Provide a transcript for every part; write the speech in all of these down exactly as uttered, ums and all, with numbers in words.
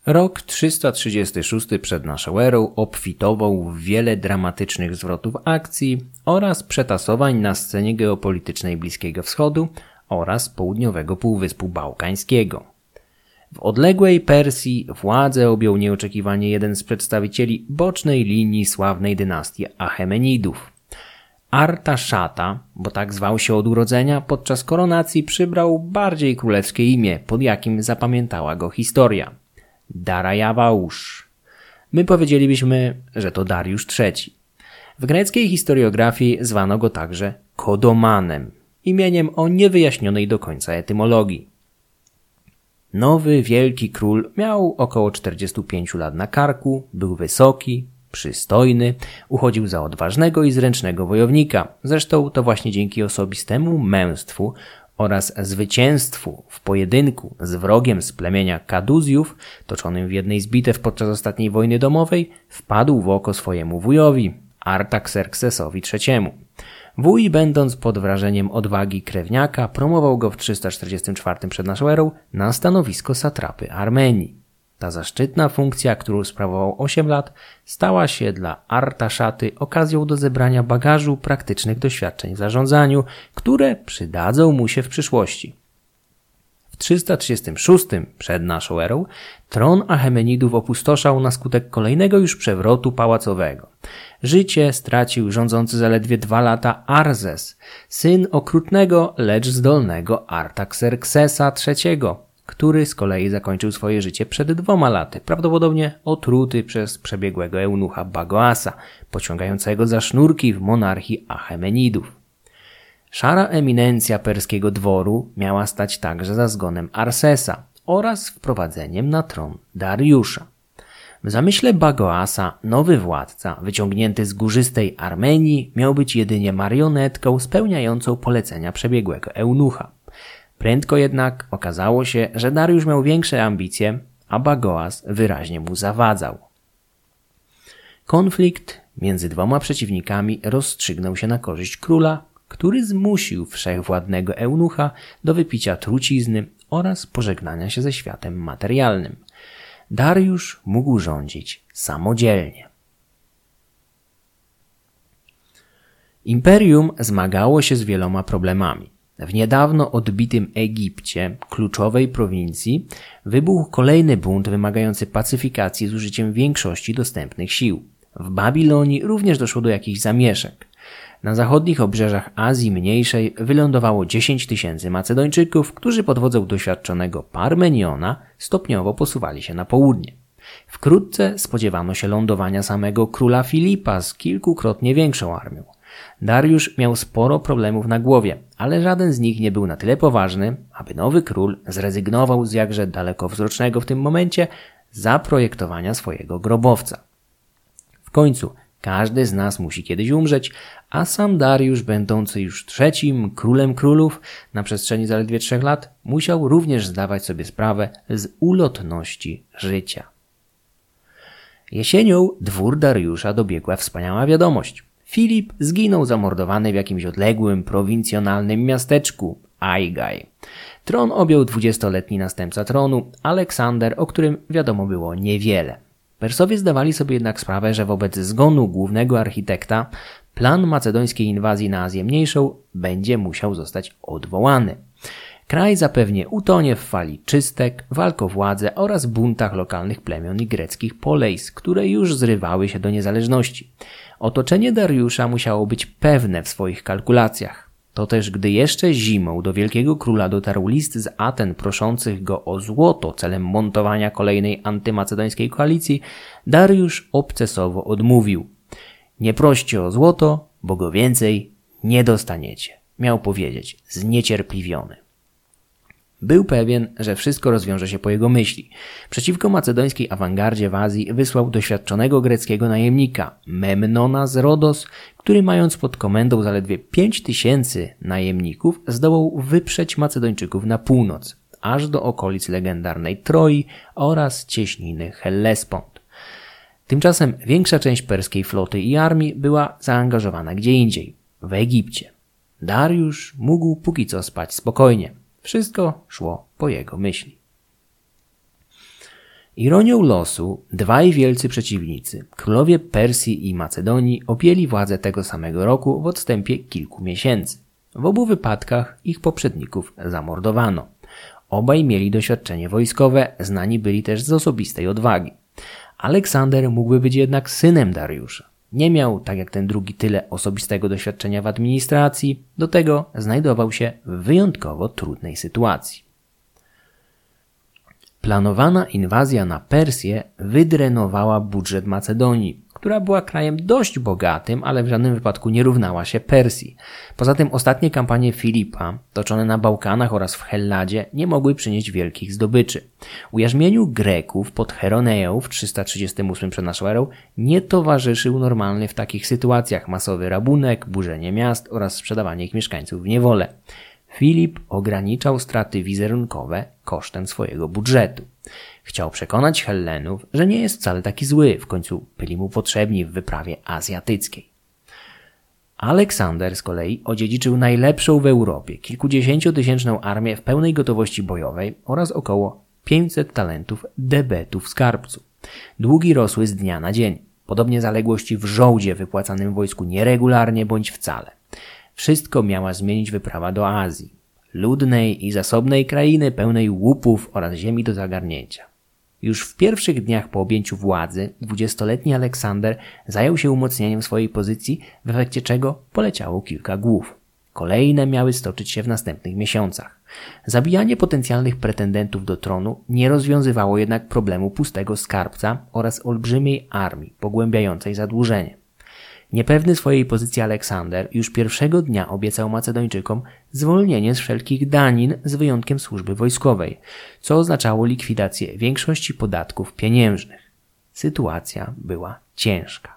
Rok trzysta trzydziesty szósty przed naszą erą obfitował w wiele dramatycznych zwrotów akcji oraz przetasowań na scenie geopolitycznej Bliskiego Wschodu oraz południowego Półwyspu Bałkańskiego. W odległej Persji władzę objął nieoczekiwanie jeden z przedstawicieli bocznej linii sławnej dynastii Achemenidów. Artaszata, bo tak zwał się od urodzenia, podczas koronacji przybrał bardziej królewskie imię, pod jakim zapamiętała go historia. Darajawausz. My powiedzielibyśmy, że to Dariusz trzeci. W greckiej historiografii zwano go także Kodomanem, imieniem o niewyjaśnionej do końca etymologii. Nowy wielki król miał około czterdziestu pięciu lat na karku, był wysoki, przystojny, uchodził za odważnego i zręcznego wojownika. Zresztą to właśnie dzięki osobistemu męstwu oraz zwycięstwu w pojedynku z wrogiem z plemienia Kaduzjów, toczonym w jednej z bitew podczas ostatniej wojny domowej, wpadł w oko swojemu wujowi, Artaxerxesowi trzeciemu. Wuj, będąc pod wrażeniem odwagi krewniaka, promował go w trzysta czterdziestym czwartym przed naszą erą na stanowisko satrapy Armenii. Ta zaszczytna funkcja, którą sprawował osiem lat, stała się dla Artaszaty okazją do zebrania bagażu praktycznych doświadczeń w zarządzaniu, które przydadzą mu się w przyszłości. W trzysta trzydziestym szóstym przed naszą erą tron Achemenidów opustoszał na skutek kolejnego już przewrotu pałacowego. Życie stracił rządzący zaledwie dwa lata Arzes, syn okrutnego, lecz zdolnego Artaxerxesa trzeciego, który z kolei zakończył swoje życie przed dwoma laty, prawdopodobnie otruty przez przebiegłego eunucha Bagoasa, pociągającego za sznurki w monarchii Achemenidów. Szara eminencja perskiego dworu miała stać także za zgonem Arsesa oraz wprowadzeniem na tron Dariusza. W zamyśle Bagoasa nowy władca, wyciągnięty z górzystej Armenii, miał być jedynie marionetką spełniającą polecenia przebiegłego eunucha. Prędko jednak okazało się, że Dariusz miał większe ambicje, a Bagoas wyraźnie mu zawadzał. Konflikt między dwoma przeciwnikami rozstrzygnął się na korzyść króla, który zmusił wszechwładnego eunucha do wypicia trucizny oraz pożegnania się ze światem materialnym. Dariusz mógł rządzić samodzielnie. Imperium zmagało się z wieloma problemami. W niedawno odbitym Egipcie, kluczowej prowincji, wybuchł kolejny bunt wymagający pacyfikacji z użyciem większości dostępnych sił. W Babilonii również doszło do jakichś zamieszek. Na zachodnich obrzeżach Azji Mniejszej wylądowało dziesięć tysięcy Macedończyków, którzy pod wodzą doświadczonego Parmeniona stopniowo posuwali się na południe. Wkrótce spodziewano się lądowania samego króla Filipa z kilkukrotnie większą armią. Dariusz miał sporo problemów na głowie, ale żaden z nich nie był na tyle poważny, aby nowy król zrezygnował z jakże dalekowzrocznego w tym momencie zaprojektowania swojego grobowca. W końcu każdy z nas musi kiedyś umrzeć, a sam Dariusz, będący już trzecim królem królów na przestrzeni zaledwie trzech lat, musiał również zdawać sobie sprawę z ulotności życia. Jesienią dwór Dariusza dobiegła wspaniała wiadomość. Filip zginął zamordowany w jakimś odległym, prowincjonalnym miasteczku Aigaj. Tron objął dwudziestoletni następca tronu, Aleksander, o którym wiadomo było niewiele. Persowie zdawali sobie jednak sprawę, że wobec zgonu głównego architekta plan macedońskiej inwazji na Azję Mniejszą będzie musiał zostać odwołany. Kraj zapewnie utonie w fali czystek, walk o władzę oraz buntach lokalnych plemion i greckich polejs, które już zrywały się do niezależności. Otoczenie Dariusza musiało być pewne w swoich kalkulacjach. To też gdy jeszcze zimą do wielkiego króla dotarł list z Aten proszących go o złoto celem montowania kolejnej antymacedońskiej koalicji, Dariusz obcesowo odmówił. Nie proście o złoto, bo go więcej nie dostaniecie, miał powiedzieć, zniecierpliwiony. Był pewien, że wszystko rozwiąże się po jego myśli. Przeciwko macedońskiej awangardzie w Azji wysłał doświadczonego greckiego najemnika Memnona z Rodos, który mając pod komendą zaledwie pięć tysięcy najemników zdołał wyprzeć Macedończyków na północ, aż do okolic legendarnej Troi oraz cieśniny Hellespont. Tymczasem większa część perskiej floty i armii była zaangażowana gdzie indziej, w Egipcie. Dariusz mógł póki co spać spokojnie. Wszystko szło po jego myśli. Ironią losu dwaj wielcy przeciwnicy, królowie Persji i Macedonii, objęli władzę tego samego roku w odstępie kilku miesięcy. W obu wypadkach ich poprzedników zamordowano. Obaj mieli doświadczenie wojskowe, znani byli też z osobistej odwagi. Aleksander mógłby być jednak synem Dariusza. Nie miał, tak jak ten drugi, tyle osobistego doświadczenia w administracji, do tego znajdował się w wyjątkowo trudnej sytuacji. Planowana inwazja na Persję wydrenowała budżet Macedonii, która była krajem dość bogatym, ale w żadnym wypadku nie równała się Persji. Poza tym ostatnie kampanie Filipa, toczone na Bałkanach oraz w Helladzie, nie mogły przynieść wielkich zdobyczy. Ujarzmieniu Greków pod Cheroneą w trzysta trzydziestym ósmym przed naszą erą nie towarzyszył normalny w takich sytuacjach masowy rabunek, burzenie miast oraz sprzedawanie ich mieszkańców w niewolę. Filip ograniczał straty wizerunkowe kosztem swojego budżetu. Chciał przekonać Hellenów, że nie jest wcale taki zły, w końcu byli mu potrzebni w wyprawie azjatyckiej. Aleksander z kolei odziedziczył najlepszą w Europie kilkudziesięciotysięczną armię w pełnej gotowości bojowej oraz około pięćset talentów debetu w skarbcu. Długi rosły z dnia na dzień, podobnie zaległości w żołdzie wypłacanym wojsku nieregularnie bądź wcale. Wszystko miała zmienić wyprawa do Azji, ludnej i zasobnej krainy pełnej łupów oraz ziemi do zagarnięcia. Już w pierwszych dniach po objęciu władzy dwudziestoletni Aleksander zajął się umocnieniem swojej pozycji, w efekcie czego poleciało kilka głów. Kolejne miały stoczyć się w następnych miesiącach. Zabijanie potencjalnych pretendentów do tronu nie rozwiązywało jednak problemu pustego skarbca oraz olbrzymiej armii pogłębiającej zadłużenie. Niepewny swojej pozycji Aleksander już pierwszego dnia obiecał Macedończykom zwolnienie z wszelkich danin z wyjątkiem służby wojskowej, co oznaczało likwidację większości podatków pieniężnych. Sytuacja była ciężka.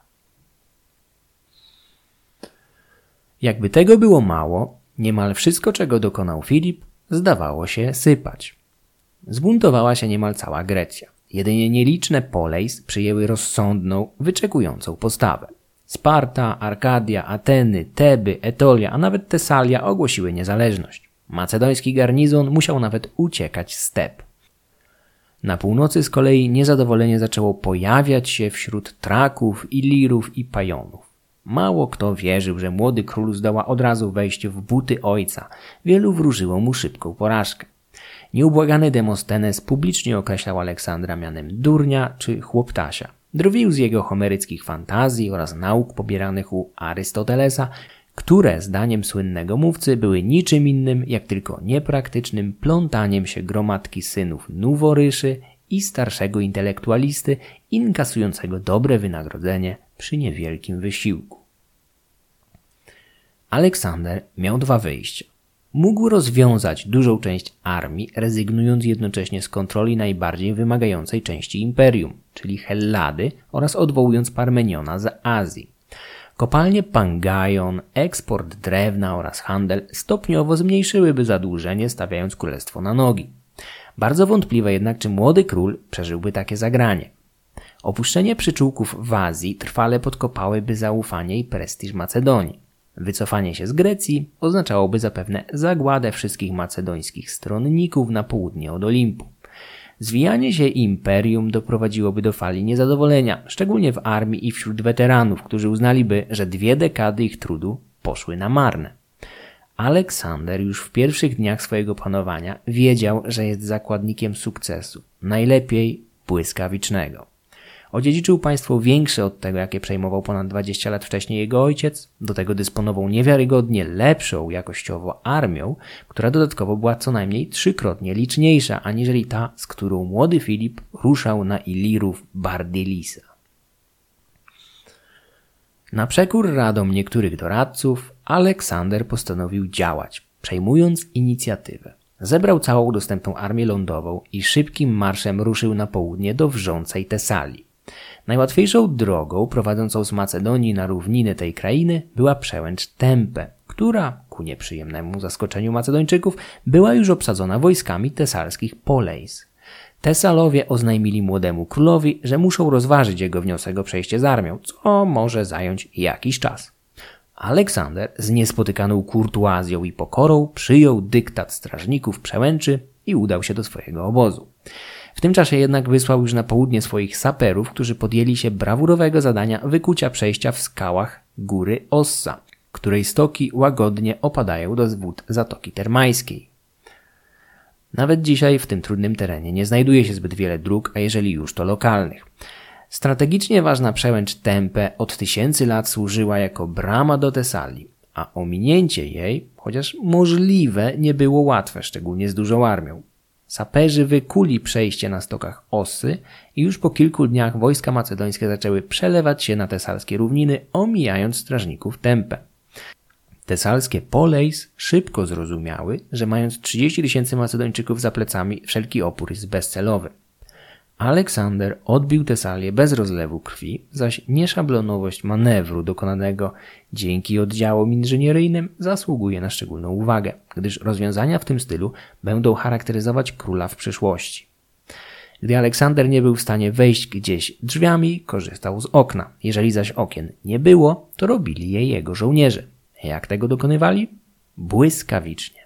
Jakby tego było mało, niemal wszystko, czego dokonał Filip, zdawało się sypać. Zbuntowała się niemal cała Grecja. Jedynie nieliczne poleis przyjęły rozsądną, wyczekującą postawę. Sparta, Arkadia, Ateny, Teby, Etolia, a nawet Tesalia ogłosiły niezależność. Macedoński garnizon musiał nawet uciekać z step. Na północy z kolei niezadowolenie zaczęło pojawiać się wśród Traków, Ilirów i Pajonów. Mało kto wierzył, że młody król zdoła od razu wejść w buty ojca. Wielu wróżyło mu szybką porażkę. Nieubłagany Demostenes publicznie określał Aleksandra mianem durnia czy chłoptasia. Drwił z jego homeryckich fantazji oraz nauk pobieranych u Arystotelesa, które zdaniem słynnego mówcy były niczym innym jak tylko niepraktycznym plątaniem się gromadki synów nuworyszy i starszego intelektualisty inkasującego dobre wynagrodzenie przy niewielkim wysiłku. Aleksander miał dwa wyjścia. Mógł rozwiązać dużą część armii, rezygnując jednocześnie z kontroli najbardziej wymagającej części imperium, czyli Hellady, oraz odwołując Parmeniona z Azji. Kopalnie Pangajon, eksport drewna oraz handel stopniowo zmniejszyłyby zadłużenie, stawiając królestwo na nogi. Bardzo wątpliwe jednak, czy młody król przeżyłby takie zagranie. Opuszczenie przyczółków w Azji trwale podkopałyby zaufanie i prestiż Macedonii. Wycofanie się z Grecji oznaczałoby zapewne zagładę wszystkich macedońskich stronników na południe od Olimpu. Zwijanie się imperium doprowadziłoby do fali niezadowolenia, szczególnie w armii i wśród weteranów, którzy uznaliby, że dwie dekady ich trudu poszły na marne. Aleksander już w pierwszych dniach swojego panowania wiedział, że jest zakładnikiem sukcesu, najlepiej błyskawicznego. Odziedziczył państwo większe od tego, jakie przejmował ponad dwadzieścia lat wcześniej jego ojciec, do tego dysponował niewiarygodnie lepszą jakościowo armią, która dodatkowo była co najmniej trzykrotnie liczniejsza, aniżeli ta, z którą młody Filip ruszał na Ilirów Bardylisa. Na przekór radom niektórych doradców, Aleksander postanowił działać, przejmując inicjatywę. Zebrał całą dostępną armię lądową i szybkim marszem ruszył na południe do wrzącej Tesalii. Najłatwiejszą drogą prowadzącą z Macedonii na równiny tej krainy była przełęcz Tempe, która, ku nieprzyjemnemu zaskoczeniu Macedończyków, była już obsadzona wojskami tesalskich poleis. Tesalowie oznajmili młodemu królowi, że muszą rozważyć jego wniosek o przejście z armią, co może zająć jakiś czas. Aleksander z niespotykaną kurtuazją i pokorą przyjął dyktat strażników przełęczy i udał się do swojego obozu. W tym czasie jednak wysłał już na południe swoich saperów, którzy podjęli się brawurowego zadania wykucia przejścia w skałach góry Ossa, której stoki łagodnie opadają do wód Zatoki Termańskiej. Nawet dzisiaj w tym trudnym terenie nie znajduje się zbyt wiele dróg, a jeżeli już to lokalnych. Strategicznie ważna przełęcz Tempe od tysięcy lat służyła jako brama do Tesalii, a ominięcie jej, chociaż możliwe, nie było łatwe, szczególnie z dużą armią. Saperzy wykuli przejście na stokach Ossy i już po kilku dniach wojska macedońskie zaczęły przelewać się na tesalskie równiny, omijając strażników Tempe. Tesalskie poleis szybko zrozumiały, że mając trzydzieści tysięcy Macedończyków za plecami, wszelki opór jest bezcelowy. Aleksander odbił Tesalię bez rozlewu krwi, zaś nieszablonowość manewru dokonanego dzięki oddziałom inżynieryjnym zasługuje na szczególną uwagę, gdyż rozwiązania w tym stylu będą charakteryzować króla w przyszłości. Gdy Aleksander nie był w stanie wejść gdzieś drzwiami, korzystał z okna. Jeżeli zaś okien nie było, to robili je jego żołnierze. Jak tego dokonywali? Błyskawicznie.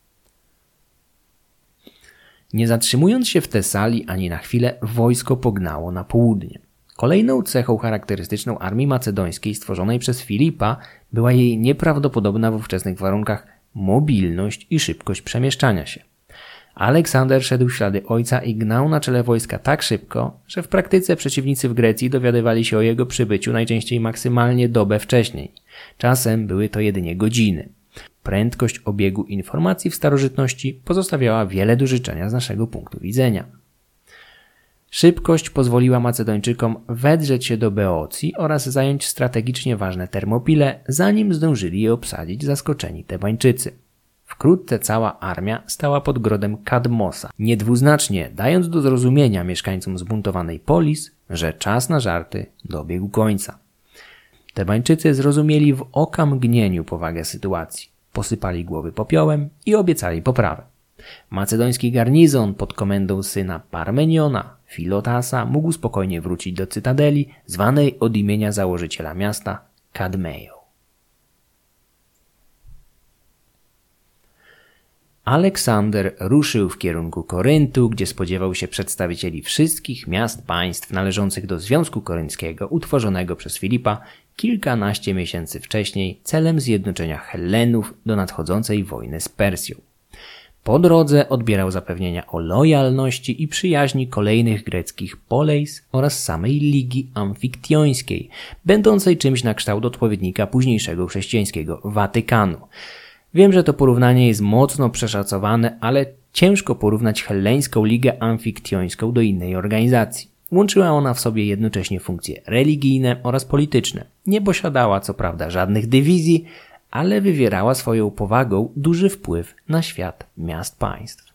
Nie zatrzymując się w Tesalii ani na chwilę, wojsko pognało na południe. Kolejną cechą charakterystyczną armii macedońskiej stworzonej przez Filipa była jej nieprawdopodobna w ówczesnych warunkach mobilność i szybkość przemieszczania się. Aleksander szedł w ślady ojca i gnał na czele wojska tak szybko, że w praktyce przeciwnicy w Grecji dowiadywali się o jego przybyciu najczęściej maksymalnie dobę wcześniej. Czasem były to jedynie godziny. Prędkość obiegu informacji w starożytności pozostawiała wiele do życzenia z naszego punktu widzenia. Szybkość pozwoliła Macedończykom wedrzeć się do Beocji oraz zająć strategicznie ważne Termopile, zanim zdążyli je obsadzić zaskoczeni Tebańczycy. Wkrótce cała armia stała pod grodem Kadmosa, niedwuznacznie dając do zrozumienia mieszkańcom zbuntowanej Polis, że czas na żarty dobiegł końca. Tebańczycy zrozumieli w okamgnieniu powagę sytuacji, posypali głowy popiołem i obiecali poprawę. Macedoński garnizon pod komendą syna Parmeniona, Filotasa, mógł spokojnie wrócić do cytadeli, zwanej od imienia założyciela miasta Kadmeją. Aleksander ruszył w kierunku Koryntu, gdzie spodziewał się przedstawicieli wszystkich miast państw należących do Związku Korynckiego utworzonego przez Filipa kilkanaście miesięcy wcześniej celem zjednoczenia Hellenów do nadchodzącej wojny z Persją. Po drodze odbierał zapewnienia o lojalności i przyjaźni kolejnych greckich poleis oraz samej Ligi Amfiktionskiej, będącej czymś na kształt odpowiednika późniejszego chrześcijańskiego Watykanu. Wiem, że to porównanie jest mocno przeszacowane, ale ciężko porównać Helleńską Ligę Amfiktionską do innej organizacji. Łączyła ona w sobie jednocześnie funkcje religijne oraz polityczne. Nie posiadała co prawda żadnych dywizji, ale wywierała swoją powagą duży wpływ na świat miast państw.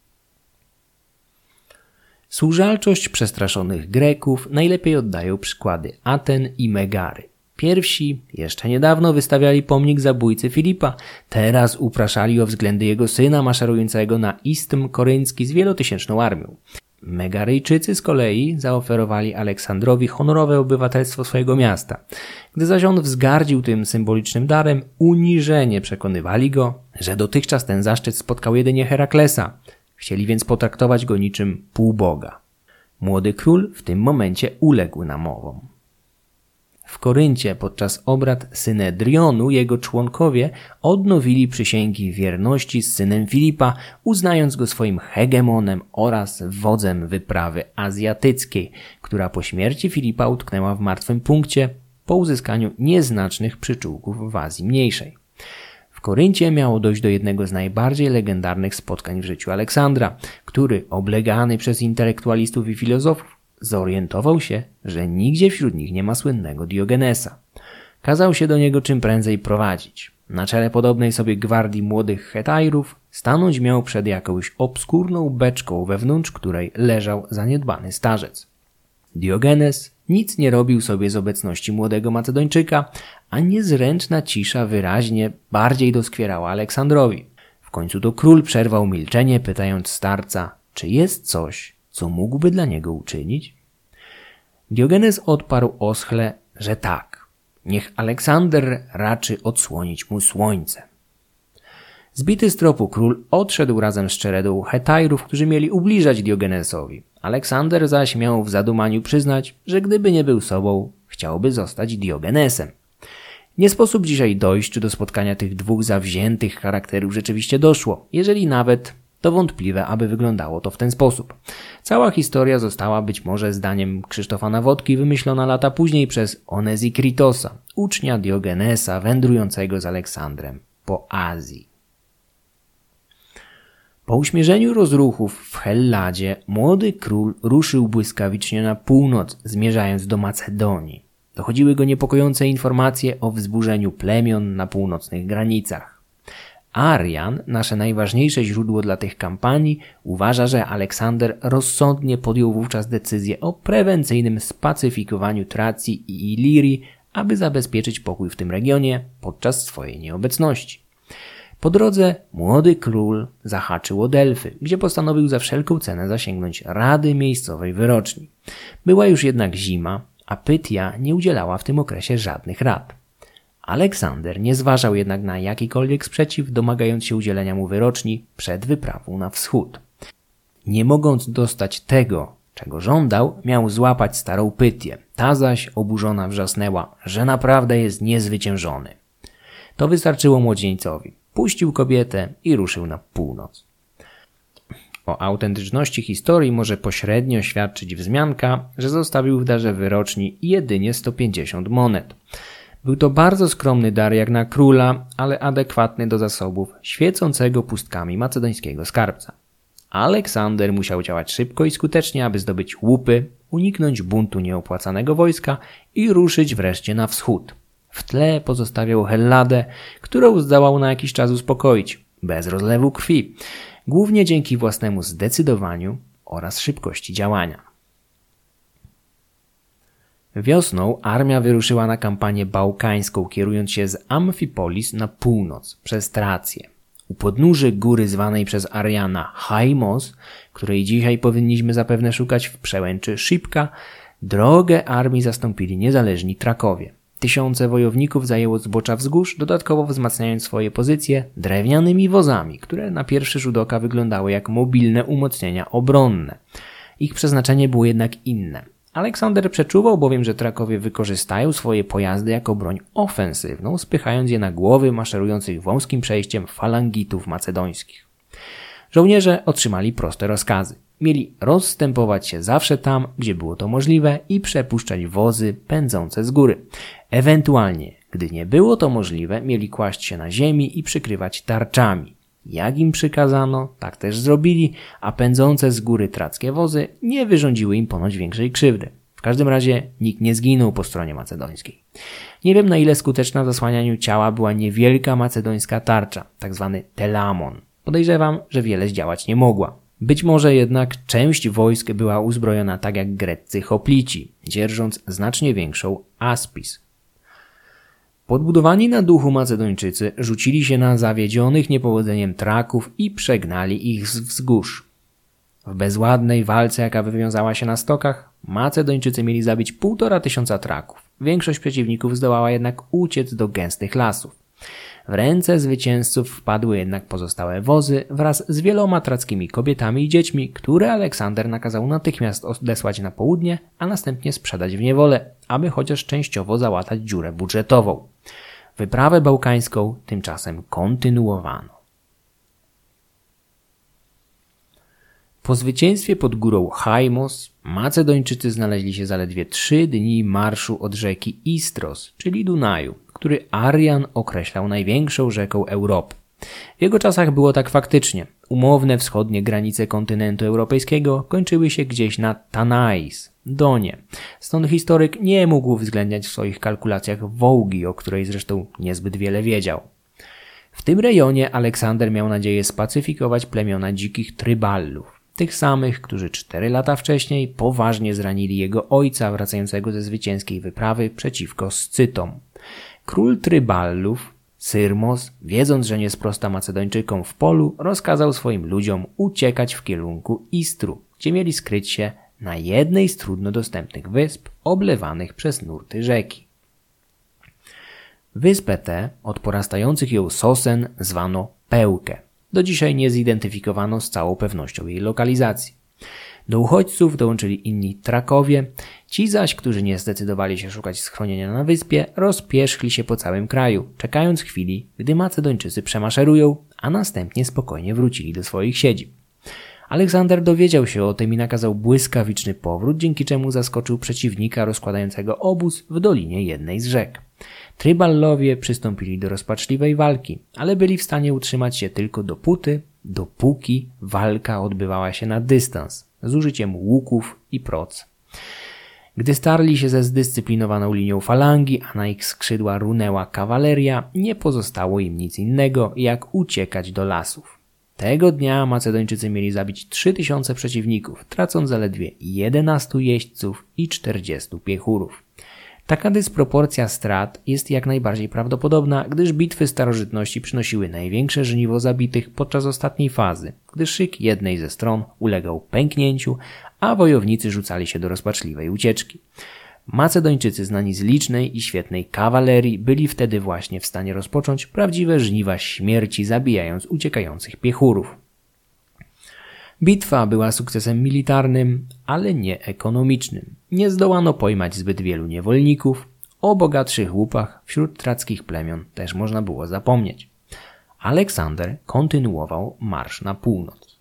Służalczość przestraszonych Greków najlepiej oddają przykłady Aten i Megary. Pierwsi jeszcze niedawno wystawiali pomnik zabójcy Filipa, teraz upraszali o względy jego syna maszerującego na Istm Koryncki z wielotysięczną armią. Megaryjczycy z kolei zaoferowali Aleksandrowi honorowe obywatelstwo swojego miasta. Gdy zaś on wzgardził tym symbolicznym darem, uniżenie przekonywali go, że dotychczas ten zaszczyt spotkał jedynie Heraklesa. Chcieli więc potraktować go niczym półboga. Młody król w tym momencie uległ namowom. W Koryncie podczas obrad Synedrionu jego członkowie odnowili przysięgi wierności z synem Filipa, uznając go swoim hegemonem oraz wodzem wyprawy azjatyckiej, która po śmierci Filipa utknęła w martwym punkcie po uzyskaniu nieznacznych przyczółków w Azji Mniejszej. W Koryncie miało dojść do jednego z najbardziej legendarnych spotkań w życiu Aleksandra, który, oblegany przez intelektualistów i filozofów, zorientował się, że nigdzie wśród nich nie ma słynnego Diogenesa. Kazał się do niego czym prędzej prowadzić. Na czele podobnej sobie gwardii młodych Hetajrów stanąć miał przed jakąś obskurną beczką, wewnątrz której leżał zaniedbany starzec. Diogenes nic nie robił sobie z obecności młodego Macedończyka, a niezręczna cisza wyraźnie bardziej doskwierała Aleksandrowi. W końcu to król przerwał milczenie, pytając starca, czy jest coś, co mógłby dla niego uczynić? Diogenes odparł oschle, że tak. Niech Aleksander raczy odsłonić mu słońce. Zbity z tropu król odszedł razem z czeredą Hetajrów, którzy mieli ubliżać Diogenesowi. Aleksander zaś miał w zadumaniu przyznać, że gdyby nie był sobą, chciałby zostać Diogenesem. Nie sposób dzisiaj dojść, czy do spotkania tych dwóch zawziętych charakterów rzeczywiście doszło. Jeżeli nawet, to wątpliwe, aby wyglądało to w ten sposób. Cała historia została być może zdaniem Krzysztofa Nawodki wymyślona lata później przez Onezikritosa, ucznia Diogenesa wędrującego z Aleksandrem po Azji. Po uśmierzeniu rozruchów w Helladzie młody król ruszył błyskawicznie na północ, zmierzając do Macedonii. Dochodziły go niepokojące informacje o wzburzeniu plemion na północnych granicach. Arian, nasze najważniejsze źródło dla tych kampanii, uważa, że Aleksander rozsądnie podjął wówczas decyzję o prewencyjnym spacyfikowaniu Tracji i Ilirii, aby zabezpieczyć pokój w tym regionie podczas swojej nieobecności. Po drodze młody król zahaczył o Delfy, gdzie postanowił za wszelką cenę zasięgnąć rady miejscowej wyroczni. Była już jednak zima, a Pytia nie udzielała w tym okresie żadnych rad. Aleksander nie zważał jednak na jakikolwiek sprzeciw, domagając się udzielenia mu wyroczni przed wyprawą na wschód. Nie mogąc dostać tego, czego żądał, miał złapać starą Pytię. Ta zaś oburzona wrzasnęła, że naprawdę jest niezwyciężony. To wystarczyło młodzieńcowi. Puścił kobietę i ruszył na północ. O autentyczności historii może pośrednio świadczyć wzmianka, że zostawił w darze wyroczni jedynie sto pięćdziesiąt monet. Był to bardzo skromny dar jak na króla, ale adekwatny do zasobów świecącego pustkami macedońskiego skarbca. Aleksander musiał działać szybko i skutecznie, aby zdobyć łupy, uniknąć buntu nieopłacanego wojska i ruszyć wreszcie na wschód. W tle pozostawiał Helladę, którą zdołał na jakiś czas uspokoić, bez rozlewu krwi, głównie dzięki własnemu zdecydowaniu oraz szybkości działania. Wiosną armia wyruszyła na kampanię bałkańską, kierując się z Amfipolis na północ, przez Trację. U podnóży góry zwanej przez Ariana Haimos, której dzisiaj powinniśmy zapewne szukać w przełęczy Szipka, drogę armii zastąpili niezależni Trakowie. Tysiące wojowników zajęło zbocza wzgórz, dodatkowo wzmacniając swoje pozycje drewnianymi wozami, które na pierwszy rzut oka wyglądały jak mobilne umocnienia obronne. Ich przeznaczenie było jednak inne. Aleksander przeczuwał bowiem, że Trakowie wykorzystają swoje pojazdy jako broń ofensywną, spychając je na głowy maszerujących wąskim przejściem falangitów macedońskich. Żołnierze otrzymali proste rozkazy. Mieli rozstępować się zawsze tam, gdzie było to możliwe i przepuszczać wozy pędzące z góry. Ewentualnie, gdy nie było to możliwe, mieli kłaść się na ziemi i przykrywać tarczami. Jak im przykazano, tak też zrobili, a pędzące z góry trackie wozy nie wyrządziły im ponoć większej krzywdy. W każdym razie nikt nie zginął po stronie macedońskiej. Nie wiem, na ile skuteczna w zasłanianiu ciała była niewielka macedońska tarcza, tzw. telamon. Podejrzewam, że wiele zdziałać nie mogła. Być może jednak część wojsk była uzbrojona tak jak greccy hoplici, dzierżąc znacznie większą aspis. Podbudowani na duchu Macedończycy rzucili się na zawiedzionych niepowodzeniem Traków i przegnali ich z wzgórz. W bezładnej walce, jaka wywiązała się na stokach, Macedończycy mieli zabić półtora tysiąca Traków. Większość przeciwników zdołała jednak uciec do gęstych lasów. W ręce zwycięzców wpadły jednak pozostałe wozy wraz z wieloma trackimi kobietami i dziećmi, które Aleksander nakazał natychmiast odesłać na południe, a następnie sprzedać w niewolę, aby chociaż częściowo załatać dziurę budżetową. Wyprawę bałkańską tymczasem kontynuowano. Po zwycięstwie pod górą Haimos Macedończycy znaleźli się zaledwie trzy dni marszu od rzeki Istros, czyli Dunaju, który Arian określał największą rzeką Europy. W jego czasach było tak faktycznie. Umowne wschodnie granice kontynentu europejskiego kończyły się gdzieś na Tanais, Donie. Stąd historyk nie mógł uwzględniać w swoich kalkulacjach Wołgi, o której zresztą niezbyt wiele wiedział. W tym rejonie Aleksander miał nadzieję spacyfikować plemiona dzikich Tryballów. Tych samych, którzy cztery lata wcześniej poważnie zranili jego ojca wracającego ze zwycięskiej wyprawy przeciwko Scytom. Król Tryballów, Syrmos, wiedząc, że nie sprosta Macedończykom w polu, rozkazał swoim ludziom uciekać w kierunku Istru, gdzie mieli skryć się na jednej z trudno dostępnych wysp oblewanych przez nurty rzeki. Wyspę tę od porastających ją sosen zwano Pełkę. Do dzisiaj nie zidentyfikowano z całą pewnością jej lokalizacji. Do uchodźców dołączyli inni Trakowie, ci zaś, którzy nie zdecydowali się szukać schronienia na wyspie, rozpierzchli się po całym kraju, czekając chwili, gdy Macedończycy przemaszerują, a następnie spokojnie wrócili do swoich siedzib. Aleksander dowiedział się o tym i nakazał błyskawiczny powrót, dzięki czemu zaskoczył przeciwnika rozkładającego obóz w dolinie jednej z rzek. Tryballowie przystąpili do rozpaczliwej walki, ale byli w stanie utrzymać się tylko dopóty, dopóki walka odbywała się na dystans, z użyciem łuków i proc. Gdy starli się ze zdyscyplinowaną linią falangi, a na ich skrzydła runęła kawaleria, nie pozostało im nic innego, jak uciekać do lasów. Tego dnia Macedończycy mieli zabić trzy tysiące przeciwników, tracąc zaledwie jedenastu jeźdźców i czterdziestu piechurów. Taka dysproporcja strat jest jak najbardziej prawdopodobna, gdyż bitwy starożytności przynosiły największe żniwo zabitych podczas ostatniej fazy, gdy szyk jednej ze stron ulegał pęknięciu, a wojownicy rzucali się do rozpaczliwej ucieczki. Macedończycy znani z licznej i świetnej kawalerii byli wtedy właśnie w stanie rozpocząć prawdziwe żniwa śmierci, zabijając uciekających piechurów. Bitwa była sukcesem militarnym, ale nie ekonomicznym. Nie zdołano pojmać zbyt wielu niewolników, o bogatszych łupach wśród trackich plemion też można było zapomnieć. Aleksander kontynuował marsz na północ.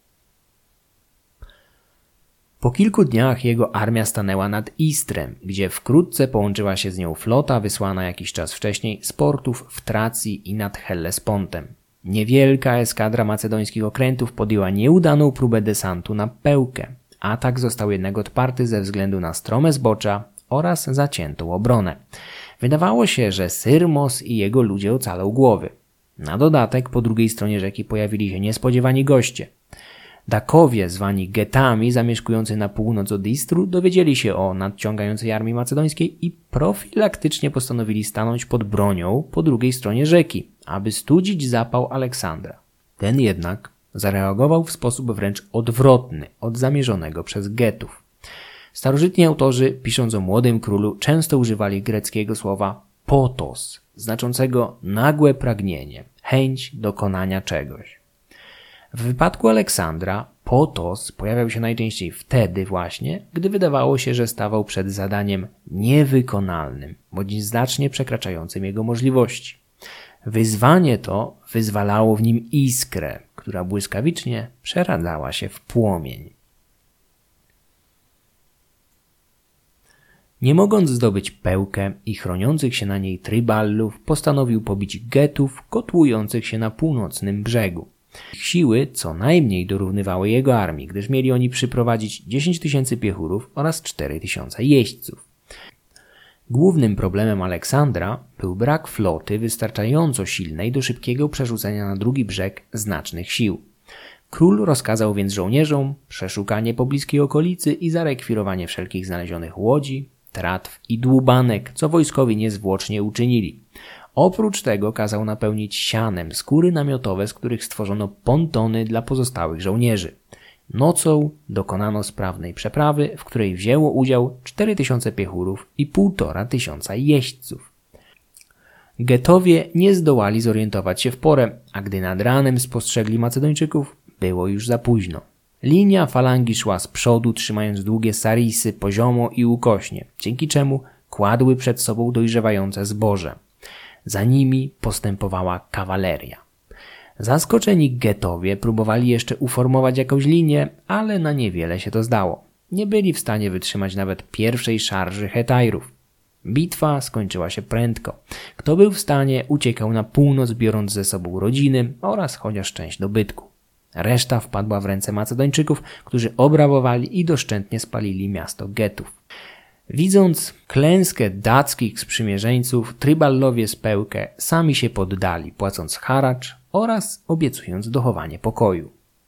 Po kilku dniach jego armia stanęła nad Istrem, gdzie wkrótce połączyła się z nią flota wysłana jakiś czas wcześniej z portów w Tracji i nad Hellespontem. Niewielka eskadra macedońskich okrętów podjęła nieudaną próbę desantu na Pełkę. Atak został jednak odparty ze względu na strome zbocza oraz zaciętą obronę. Wydawało się, że Syrmos i jego ludzie ocalą głowy. Na dodatek po drugiej stronie rzeki pojawili się niespodziewani goście. Dakowie, zwani Getami, zamieszkujący na północ od Istru, dowiedzieli się o nadciągającej armii macedońskiej i profilaktycznie postanowili stanąć pod bronią po drugiej stronie rzeki, aby studzić zapał Aleksandra. Ten jednak zareagował w sposób wręcz odwrotny od zamierzonego przez Getów. Starożytni autorzy, pisząc o młodym królu, często używali greckiego słowa potos, znaczącego nagłe pragnienie, chęć dokonania czegoś. W wypadku Aleksandra potos pojawiał się najczęściej wtedy właśnie, gdy wydawało się, że stawał przed zadaniem niewykonalnym, bądź znacznie przekraczającym jego możliwości. Wyzwanie to wyzwalało w nim iskrę, która błyskawicznie przeradzała się w płomień. Nie mogąc zdobyć Pełkę i chroniących się na niej Tryballów, postanowił pobić Getów kotłujących się na północnym brzegu. Ich siły co najmniej dorównywały jego armii, gdyż mieli oni przyprowadzić dziesięć tysięcy piechurów oraz cztery tysiące jeźdźców. Głównym problemem Aleksandra był brak floty wystarczająco silnej do szybkiego przerzucenia na drugi brzeg znacznych sił. Król rozkazał więc żołnierzom przeszukanie pobliskiej okolicy i zarekwirowanie wszelkich znalezionych łodzi, tratw i dłubanek, co wojskowi niezwłocznie uczynili. Oprócz tego kazał napełnić sianem skóry namiotowe, z których stworzono pontony dla pozostałych żołnierzy. Nocą dokonano sprawnej przeprawy, w której wzięło udział cztery tysiące piechurów i półtora tysiąca jeźdźców. Getowie nie zdołali zorientować się w porę, a gdy nad ranem spostrzegli Macedończyków, było już za późno. Linia falangi szła z przodu, trzymając długie sarisy poziomo i ukośnie, dzięki czemu kładły przed sobą dojrzewające zboże. Za nimi postępowała kawaleria. Zaskoczeni Getowie próbowali jeszcze uformować jakąś linię, ale na niewiele się to zdało. Nie byli w stanie wytrzymać nawet pierwszej szarży Hetajrów. Bitwa skończyła się prędko. Kto był w stanie, uciekał na północ, biorąc ze sobą rodziny oraz chociaż część dobytku. Reszta wpadła w ręce Macedończyków, którzy obrabowali i doszczętnie spalili miasto Getów. Widząc klęskę dackich sprzymierzeńców, Tryballowie z Pełkę sami się poddali, płacąc haracz oraz obiecując dochowanie pokoju.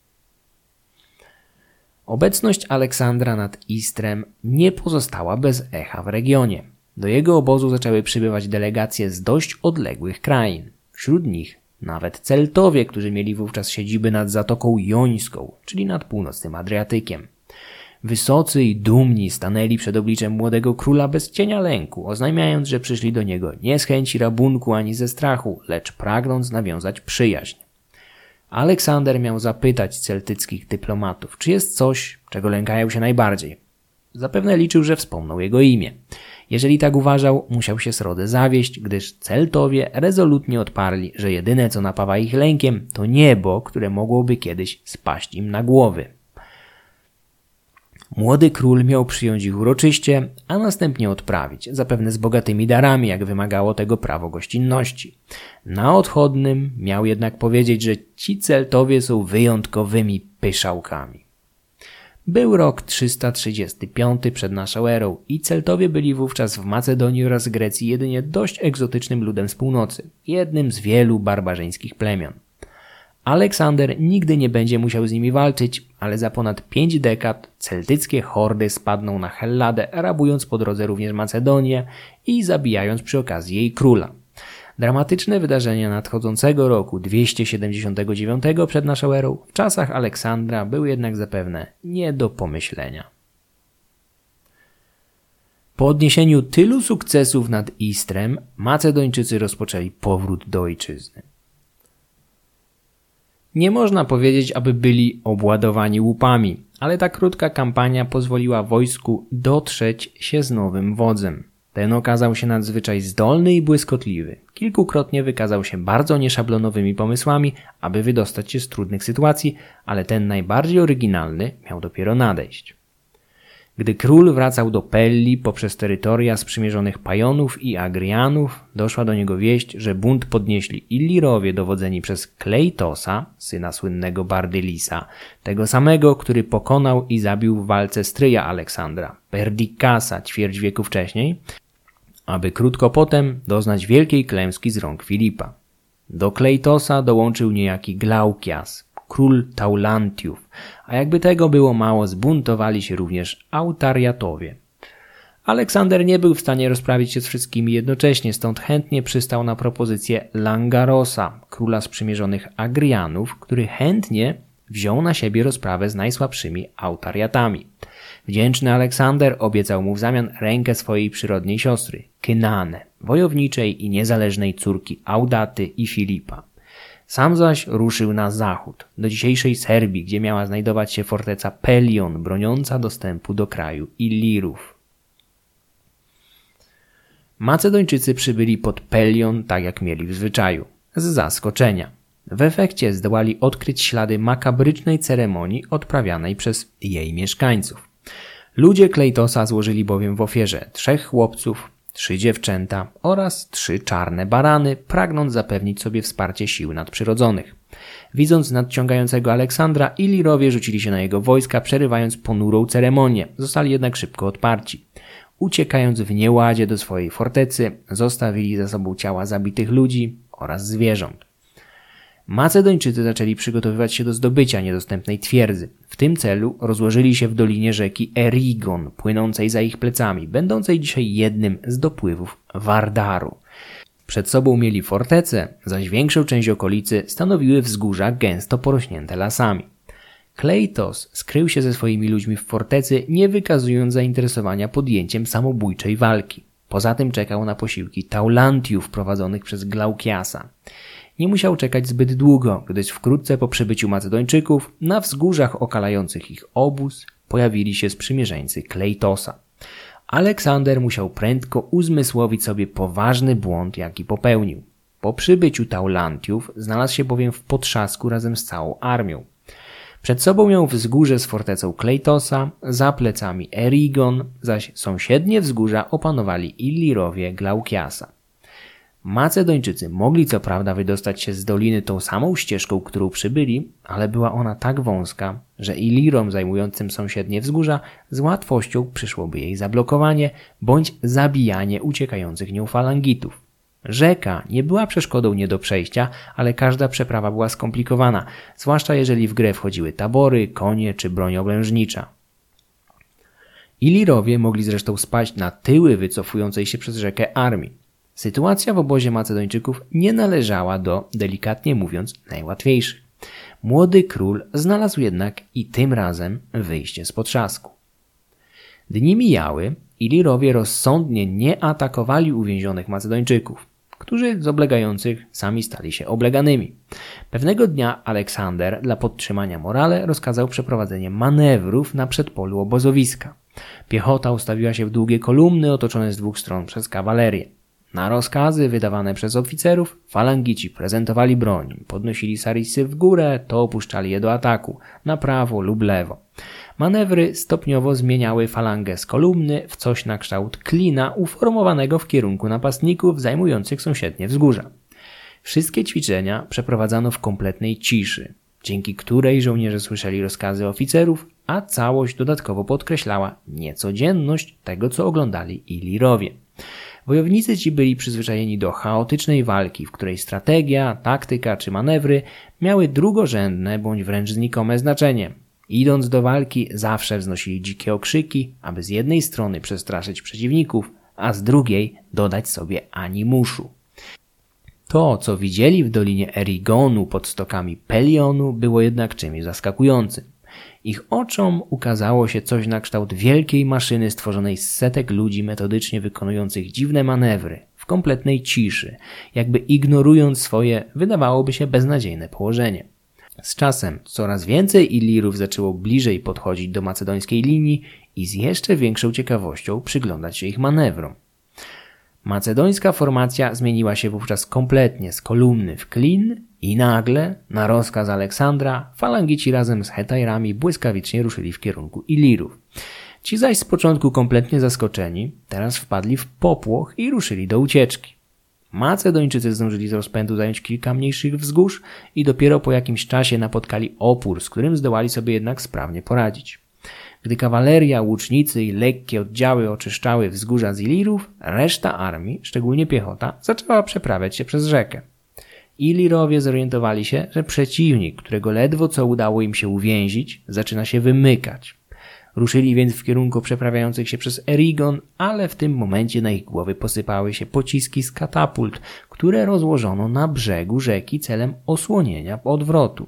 Obecność Aleksandra nad Istrem nie pozostała bez echa w regionie. Do jego obozu zaczęły przybywać delegacje z dość odległych krain. Wśród nich nawet Celtowie, którzy mieli wówczas siedziby nad Zatoką Jońską, czyli nad północnym Adriatykiem. Wysocy i dumni stanęli przed obliczem młodego króla bez cienia lęku, oznajmiając, że przyszli do niego nie z chęci rabunku ani ze strachu, lecz pragnąc nawiązać przyjaźń. Aleksander miał zapytać celtyckich dyplomatów, czy jest coś, czego lękają się najbardziej. Zapewne liczył, że wspomną jego imię. Jeżeli tak uważał, musiał się srodę zawieść, gdyż Celtowie rezolutnie odparli, że jedyne co napawa ich lękiem to niebo, które mogłoby kiedyś spaść im na głowy. Młody król miał przyjąć ich uroczyście, a następnie odprawić, zapewne z bogatymi darami, jak wymagało tego prawo gościnności. Na odchodnym miał jednak powiedzieć, że ci Celtowie są wyjątkowymi pyszałkami. Był rok trzysta trzydziesty piąty przed naszą erą i Celtowie byli wówczas w Macedonii oraz Grecji jedynie dość egzotycznym ludem z północy, jednym z wielu barbarzyńskich plemion. Aleksander nigdy nie będzie musiał z nimi walczyć, ale za ponad pięć dekad celtyckie hordy spadną na Helladę, rabując po drodze również Macedonię i zabijając przy okazji jej króla. Dramatyczne wydarzenia nadchodzącego roku dwieście siedemdziesiątego dziewiątego przed naszą erą w czasach Aleksandra były jednak zapewne nie do pomyślenia. Po odniesieniu tylu sukcesów nad Istrem Macedończycy rozpoczęli powrót do ojczyzny. Nie można powiedzieć, aby byli obładowani łupami, ale ta krótka kampania pozwoliła wojsku dotrzeć się z nowym wodzem. Ten okazał się nadzwyczaj zdolny i błyskotliwy. Kilkukrotnie wykazał się bardzo nieszablonowymi pomysłami, aby wydostać się z trudnych sytuacji, ale ten najbardziej oryginalny miał dopiero nadejść. Gdy król wracał do Pelli poprzez terytoria sprzymierzonych Pajonów i Agrianów, doszła do niego wieść, że bunt podnieśli Illirowie dowodzeni przez Kleitosa, syna słynnego Bardylisa, tego samego, który pokonał i zabił w walce stryja Aleksandra, Perdikasa ćwierć wieku wcześniej, aby krótko potem doznać wielkiej klęski z rąk Filipa. Do Kleitosa dołączył niejaki Glaukias, król Taulantiów, a jakby tego było mało, zbuntowali się również Autariatowie. Aleksander nie był w stanie rozprawić się z wszystkimi jednocześnie, stąd chętnie przystał na propozycję Langarosa, króla sprzymierzonych Agrianów, który chętnie wziął na siebie rozprawę z najsłabszymi Autariatami. Wdzięczny Aleksander obiecał mu w zamian rękę swojej przyrodniej siostry, Kynane, wojowniczej i niezależnej córki Audaty i Filipa. Sam zaś ruszył na zachód, do dzisiejszej Serbii, gdzie miała znajdować się forteca Pelion, broniąca dostępu do kraju Illirów. Macedończycy przybyli pod Pelion tak jak mieli w zwyczaju, z zaskoczenia. W efekcie zdołali odkryć ślady makabrycznej ceremonii odprawianej przez jej mieszkańców. Ludzie Kleitosa złożyli bowiem w ofierze trzech chłopców, trzy dziewczęta oraz trzy czarne barany, pragnąc zapewnić sobie wsparcie sił nadprzyrodzonych. Widząc nadciągającego Aleksandra, Illirowie rzucili się na jego wojska, przerywając ponurą ceremonię. Zostali jednak szybko odparci. Uciekając w nieładzie do swojej fortecy, zostawili za sobą ciała zabitych ludzi oraz zwierząt. Macedończycy zaczęli przygotowywać się do zdobycia niedostępnej twierdzy. W tym celu rozłożyli się w dolinie rzeki Erigon, płynącej za ich plecami, będącej dzisiaj jednym z dopływów Wardaru. Przed sobą mieli fortecę, zaś większą część okolicy stanowiły wzgórza gęsto porośnięte lasami. Kleitos skrył się ze swoimi ludźmi w fortecy, nie wykazując zainteresowania podjęciem samobójczej walki. Poza tym czekał na posiłki Taulantiów prowadzonych przez Glaukiasa. Nie musiał czekać zbyt długo, gdyż wkrótce po przybyciu Macedończyków na wzgórzach okalających ich obóz pojawili się sprzymierzeńcy Kleitosa. Aleksander musiał prędko uzmysłowić sobie poważny błąd, jaki popełnił. Po przybyciu Taulantiów znalazł się bowiem w potrzasku razem z całą armią. Przed sobą miał wzgórze z fortecą Kleitosa, za plecami Erigon, zaś sąsiednie wzgórza opanowali Illirowie Glaukiasa. Macedończycy mogli co prawda wydostać się z doliny tą samą ścieżką, którą przybyli, ale była ona tak wąska, że Illirom zajmującym sąsiednie wzgórza z łatwością przyszłoby jej zablokowanie bądź zabijanie uciekających nią falangitów. Rzeka nie była przeszkodą nie do przejścia, ale każda przeprawa była skomplikowana, zwłaszcza jeżeli w grę wchodziły tabory, konie czy broń oblężnicza. Illirowie mogli zresztą spaść na tyły wycofującej się przez rzekę armii. Sytuacja w obozie Macedończyków nie należała do, delikatnie mówiąc, najłatwiejszych. Młody król znalazł jednak i tym razem wyjście z potrzasku. Dni mijały, Illirowie rozsądnie nie atakowali uwięzionych Macedończyków. którzy z oblegających sami stali się obleganymi. Pewnego dnia Aleksander dla podtrzymania morale rozkazał przeprowadzenie manewrów na przedpolu obozowiska. Piechota ustawiła się w długie kolumny otoczone z dwóch stron przez kawalerię. Na rozkazy wydawane przez oficerów falangici prezentowali broń, podnosili sarisy w górę, to opuszczali je do ataku, na prawo lub lewo. Manewry stopniowo zmieniały falangę z kolumny w coś na kształt klina uformowanego w kierunku napastników zajmujących sąsiednie wzgórza. Wszystkie ćwiczenia przeprowadzano w kompletnej ciszy, dzięki której żołnierze słyszeli rozkazy oficerów, a całość dodatkowo podkreślała niecodzienność tego, co oglądali Illirowie. Wojownicy ci byli przyzwyczajeni do chaotycznej walki, w której strategia, taktyka czy manewry miały drugorzędne bądź wręcz znikome znaczenie. Idąc do walki zawsze wznosili dzikie okrzyki, aby z jednej strony przestraszyć przeciwników, a z drugiej dodać sobie animuszu. To, co widzieli w dolinie Erigonu pod stokami Pelionu, było jednak czymś zaskakującym. Ich oczom ukazało się coś na kształt wielkiej maszyny stworzonej z setek ludzi metodycznie wykonujących dziwne manewry, w kompletnej ciszy, jakby ignorując swoje, wydawałoby się, beznadziejne położenie. Z czasem coraz więcej Illirów zaczęło bliżej podchodzić do macedońskiej linii i z jeszcze większą ciekawością przyglądać się ich manewrom. Macedońska formacja zmieniła się wówczas kompletnie z kolumny w klin i nagle, na rozkaz Aleksandra, falangici razem z Hetajrami błyskawicznie ruszyli w kierunku Illirów. Ci zaś z początku kompletnie zaskoczeni, teraz wpadli w popłoch i ruszyli do ucieczki. Macedończycy zdążyli z rozpędu zająć kilka mniejszych wzgórz i dopiero po jakimś czasie napotkali opór, z którym zdołali sobie jednak sprawnie poradzić. Gdy kawaleria, łucznicy i lekkie oddziały oczyszczały wzgórza z Illirów, reszta armii, szczególnie piechota, zaczęła przeprawiać się przez rzekę. Illirowie zorientowali się, że przeciwnik, którego ledwo co udało im się uwięzić, zaczyna się wymykać. Ruszyli więc w kierunku przeprawiających się przez Erigon, ale w tym momencie na ich głowy posypały się pociski z katapult, które rozłożono na brzegu rzeki celem osłonienia odwrotu.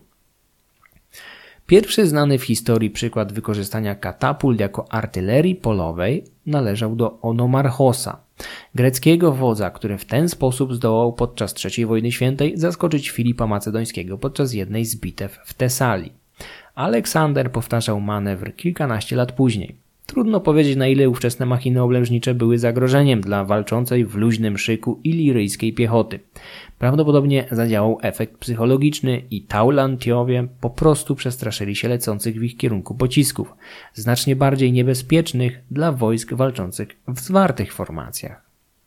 Pierwszy znany w historii przykład wykorzystania katapult jako artylerii polowej należał do Onomarchosa, greckiego wodza, który w ten sposób zdołał podczas trzeciej wojny świętej zaskoczyć Filipa Macedońskiego podczas jednej z bitew w Tesalii. Aleksander powtarzał manewr kilkanaście lat później. Trudno powiedzieć, na ile ówczesne machiny oblężnicze były zagrożeniem dla walczącej w luźnym szyku iliryjskiej piechoty. Prawdopodobnie zadziałał efekt psychologiczny i Taulantiowie po prostu przestraszyli się lecących w ich kierunku pocisków, znacznie bardziej niebezpiecznych dla wojsk walczących w zwartych formacjach.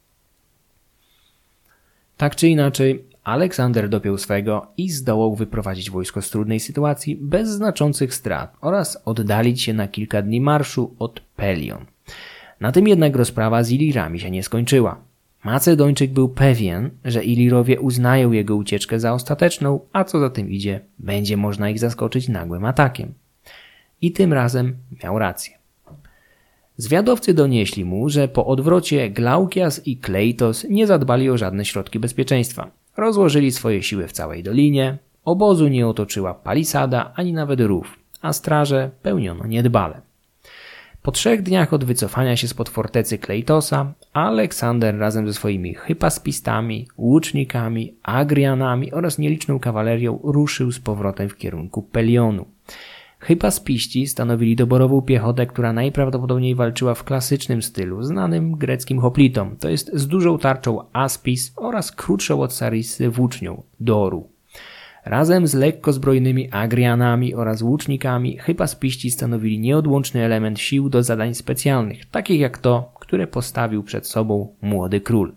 Tak czy inaczej, Aleksander dopiął swego i zdołał wyprowadzić wojsko z trudnej sytuacji bez znaczących strat oraz oddalić się na kilka dni marszu od Pelion. Na tym jednak rozprawa z Illirami się nie skończyła. Macedończyk był pewien, że Illirowie uznają jego ucieczkę za ostateczną, a co za tym idzie, będzie można ich zaskoczyć nagłym atakiem. I tym razem miał rację. Zwiadowcy donieśli mu, że po odwrocie Glaukias i Kleitos nie zadbali o żadne środki bezpieczeństwa. Rozłożyli swoje siły w całej dolinie, obozu nie otoczyła palisada ani nawet rów, a straże pełniono niedbale. Po trzech dniach od wycofania się spod fortecy Kleitosa, Aleksander razem ze swoimi hypaspistami, łucznikami, agrianami oraz nieliczną kawalerią ruszył z powrotem w kierunku Pelionu. Hypaspiści stanowili doborową piechotę, która najprawdopodobniej walczyła w klasycznym stylu, znanym greckim hoplitom, to jest z dużą tarczą aspis oraz krótszą od sarissy włócznią, doru. Razem z lekko zbrojnymi agrianami oraz łucznikami hypaspiści stanowili nieodłączny element sił do zadań specjalnych, takich jak to, które postawił przed sobą młody król.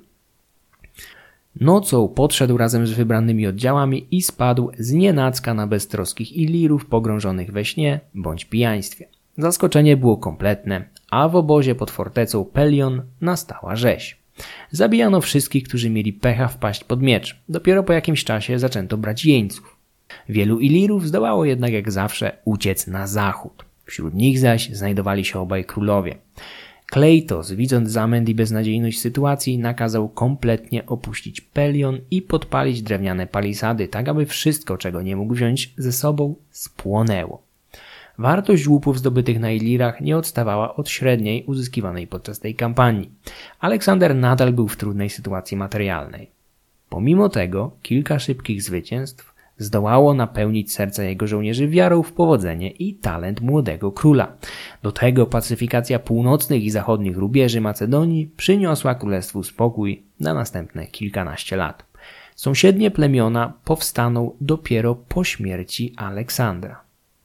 Nocą podszedł razem z wybranymi oddziałami i spadł znienacka na beztroskich Illirów pogrążonych we śnie bądź pijaństwie. Zaskoczenie było kompletne, a w obozie pod fortecą Pelion nastała rzeź. Zabijano wszystkich, którzy mieli pecha wpaść pod miecz. Dopiero po jakimś czasie zaczęto brać jeńców. Wielu Illirów zdołało jednak jak zawsze uciec na zachód. Wśród nich zaś znajdowali się obaj królowie. Kleitos, widząc zamęt i beznadziejność sytuacji, nakazał kompletnie opuścić Pelion i podpalić drewniane palisady, tak aby wszystko, czego nie mógł wziąć ze sobą, spłonęło. Wartość łupów zdobytych na Illirach nie odstawała od średniej uzyskiwanej podczas tej kampanii. Aleksander nadal był w trudnej sytuacji materialnej. Pomimo tego kilka szybkich zwycięstw zdołało napełnić serca jego żołnierzy wiarą w powodzenie i talent młodego króla. Do tego pacyfikacja północnych i zachodnich rubieży Macedonii przyniosła królestwu spokój na następne kilkanaście lat. Sąsiednie plemiona powstaną dopiero po śmierci Aleksandra.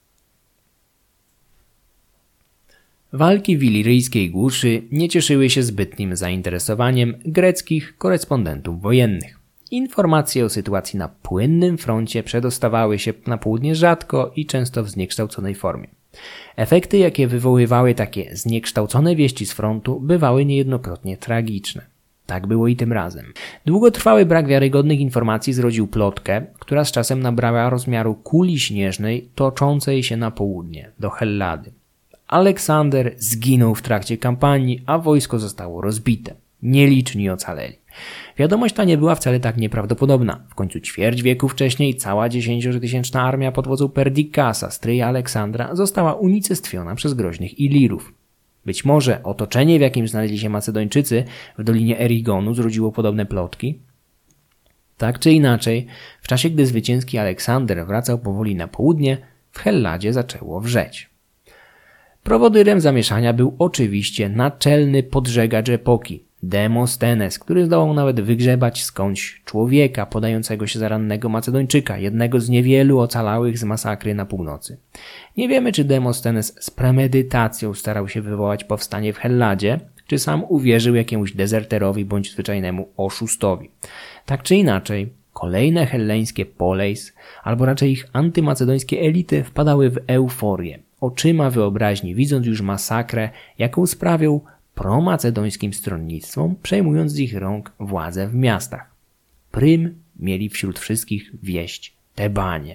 Walki w iliryjskiej głuszy nie cieszyły się zbytnim zainteresowaniem greckich korespondentów wojennych. Informacje o sytuacji na płynnym froncie przedostawały się na południe rzadko i często w zniekształconej formie. Efekty, jakie wywoływały takie zniekształcone wieści z frontu, bywały niejednokrotnie tragiczne. Tak było i tym razem. Długotrwały brak wiarygodnych informacji zrodził plotkę, która z czasem nabrała rozmiaru kuli śnieżnej toczącej się na południe, do Hellady. Aleksander zginął w trakcie kampanii, a wojsko zostało rozbite. Nieliczni ocaleli. Wiadomość ta nie była wcale tak nieprawdopodobna. W końcu ćwierć wieku wcześniej cała dziesięciotysięczna armia pod wodzą Perdikasa, stryja Aleksandra, została unicestwiona przez groźnych Ilirów. Być może otoczenie, w jakim znaleźli się Macedończycy w Dolinie Erigonu, zrodziło podobne plotki? Tak czy inaczej, w czasie gdy zwycięski Aleksander wracał powoli na południe, w Helladzie zaczęło wrzeć. Prowodyrem zamieszania był oczywiście naczelny podżegacz epoki, Demostenes, który zdołał nawet wygrzebać skądś człowieka podającego się za rannego Macedończyka, jednego z niewielu ocalałych z masakry na północy. Nie wiemy, czy Demostenes z premedytacją starał się wywołać powstanie w Helladzie, czy sam uwierzył jakiemuś dezerterowi bądź zwyczajnemu oszustowi. Tak czy inaczej, kolejne helleńskie poleis, albo raczej ich antymacedońskie elity wpadały w euforię, oczyma wyobraźni widząc już masakrę, jaką sprawią promacedońskim stronnictwom, przejmując z ich rąk władzę w miastach. Prym mieli wśród wszystkich wieść Tebanie.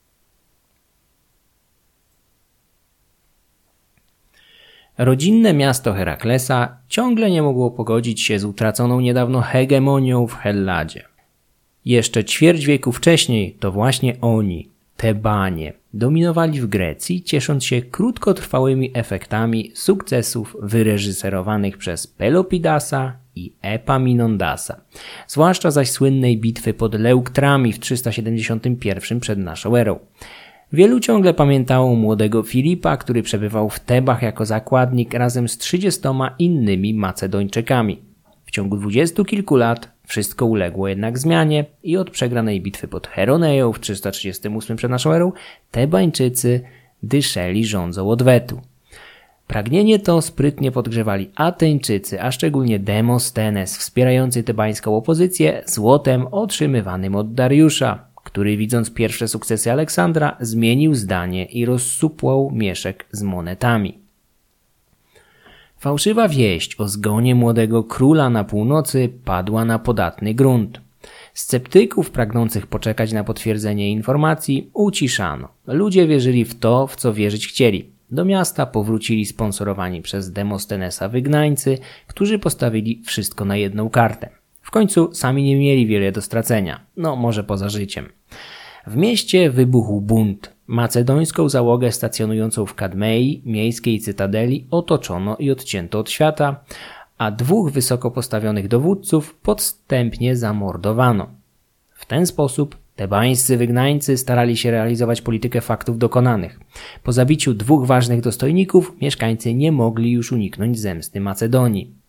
Rodzinne miasto Heraklesa ciągle nie mogło pogodzić się z utraconą niedawno hegemonią w Helladzie. Jeszcze ćwierć wieku wcześniej to właśnie oni, Tebanie, dominowali w Grecji, ciesząc się krótkotrwałymi efektami sukcesów wyreżyserowanych przez Pelopidasa i Epaminondasa, zwłaszcza zaś słynnej bitwy pod Leuktrami w trzysta siedemdziesiątym pierwszym przed naszą erą. Wielu ciągle pamiętało młodego Filipa, który przebywał w Tebach jako zakładnik razem z trzydziestoma innymi Macedończykami. W ciągu dwudziestu kilku lat wszystko uległo jednak zmianie i od przegranej bitwy pod Heroneją w trzysta trzydziestym ósmym przed naszą erą Tebańczycy dyszeli żądzą odwetu. Pragnienie to sprytnie podgrzewali Ateńczycy, a szczególnie Demostenes, wspierający tebańską opozycję złotem otrzymywanym od Dariusza, który widząc pierwsze sukcesy Aleksandra zmienił zdanie i rozsupłał mieszek z monetami. Fałszywa wieść o zgonie młodego króla na północy padła na podatny grunt. Sceptyków pragnących poczekać na potwierdzenie informacji uciszano. Ludzie wierzyli w to, w co wierzyć chcieli. Do miasta powrócili sponsorowani przez Demostenesa wygnańcy, którzy postawili wszystko na jedną kartę. W końcu sami nie mieli wiele do stracenia, no może poza życiem. W mieście wybuchł bunt. Macedońską załogę stacjonującą w Kadmei, miejskiej cytadeli, otoczono i odcięto od świata, a dwóch wysoko postawionych dowódców podstępnie zamordowano. W ten sposób tebańscy wygnańcy starali się realizować politykę faktów dokonanych. Po zabiciu dwóch ważnych dostojników mieszkańcy nie mogli już uniknąć zemsty Macedonii.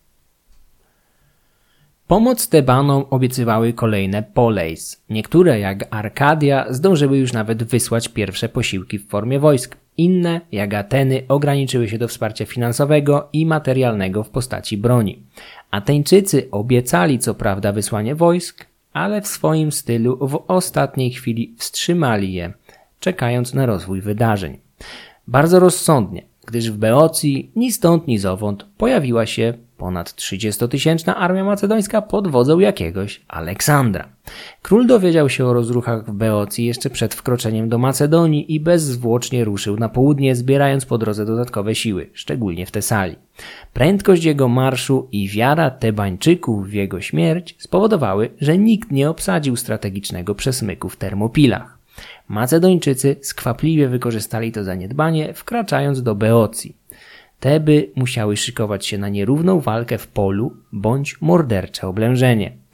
Pomoc Tebanom obiecywały kolejne poleis. Niektóre, jak Arkadia, zdążyły już nawet wysłać pierwsze posiłki w formie wojsk. Inne, jak Ateny, ograniczyły się do wsparcia finansowego i materialnego w postaci broni. Ateńczycy obiecali co prawda wysłanie wojsk, ale w swoim stylu w ostatniej chwili wstrzymali je, czekając na rozwój wydarzeń. Bardzo rozsądnie, gdyż w Beocji ni stąd ni zowąd pojawiła się ponad trzydziestotysięczna armia macedońska pod wodzą jakiegoś Aleksandra. Król dowiedział się o rozruchach w Beocji jeszcze przed wkroczeniem do Macedonii i bezzwłocznie ruszył na południe, zbierając po drodze dodatkowe siły, szczególnie w Tesalii. Prędkość jego marszu i wiara Tebańczyków w jego śmierć spowodowały, że nikt nie obsadził strategicznego przesmyku w Termopilach. Macedończycy skwapliwie wykorzystali to zaniedbanie, wkraczając do Beocji. Teby musiały szykować się na nierówną walkę w polu bądź mordercze oblężenie.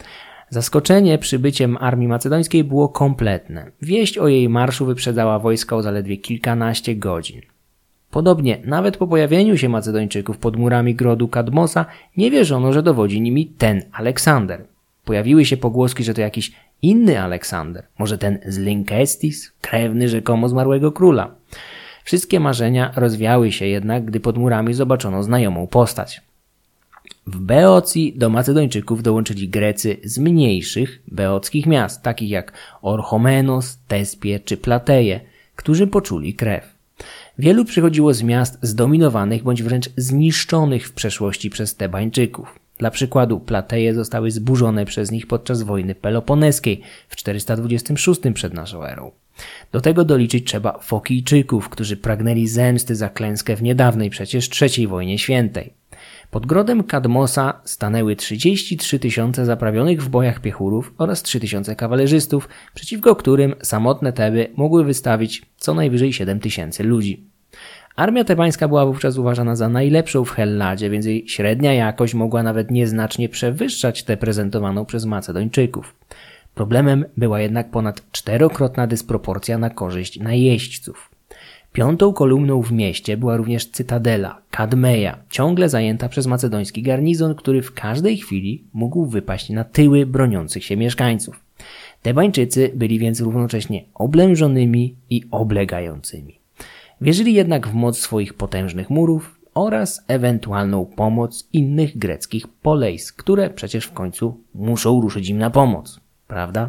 Zaskoczenie przybyciem armii macedońskiej było kompletne. Wieść o jej marszu wyprzedzała wojska o zaledwie kilkanaście godzin. Podobnie, nawet po pojawieniu się Macedończyków pod murami grodu Kadmosa nie wierzono, że dowodzi nimi ten Aleksander. Pojawiły się pogłoski, że to jakiś inny Aleksander, może ten z Lynkestis, krewny rzekomo zmarłego króla. Wszystkie marzenia rozwiały się jednak, gdy pod murami zobaczono znajomą postać. W Beocji do Macedończyków dołączyli Grecy z mniejszych beockich miast, takich jak Orchomenos, Tespie czy Plateje, którzy poczuli krew. Wielu przychodziło z miast zdominowanych bądź wręcz zniszczonych w przeszłości przez Tebańczyków. Dla przykładu Plateje zostały zburzone przez nich podczas wojny peloponeskiej w czterysta dwudziestym szóstym przed naszą erą. Do tego doliczyć trzeba Fokijczyków, którzy pragnęli zemsty za klęskę w niedawnej przecież trzeciej wojnie świętej. Pod grodem Kadmosa stanęły trzydzieści trzy tysiące zaprawionych w bojach piechurów oraz trzy tysiące kawalerzystów, przeciwko którym samotne Teby mogły wystawić co najwyżej siedem tysięcy ludzi. Armia tebańska była wówczas uważana za najlepszą w Helladzie, więc jej średnia jakość mogła nawet nieznacznie przewyższać tę prezentowaną przez Macedończyków. Problemem była jednak ponad czterokrotna dysproporcja na korzyść najeźdźców. Piątą kolumną w mieście była również cytadela, Kadmeja, ciągle zajęta przez macedoński garnizon, który w każdej chwili mógł wypaść na tyły broniących się mieszkańców. Tebańczycy byli więc równocześnie oblężonymi i oblegającymi. Wierzyli jednak w moc swoich potężnych murów oraz ewentualną pomoc innych greckich polejs, które przecież w końcu muszą ruszyć im na pomoc, prawda?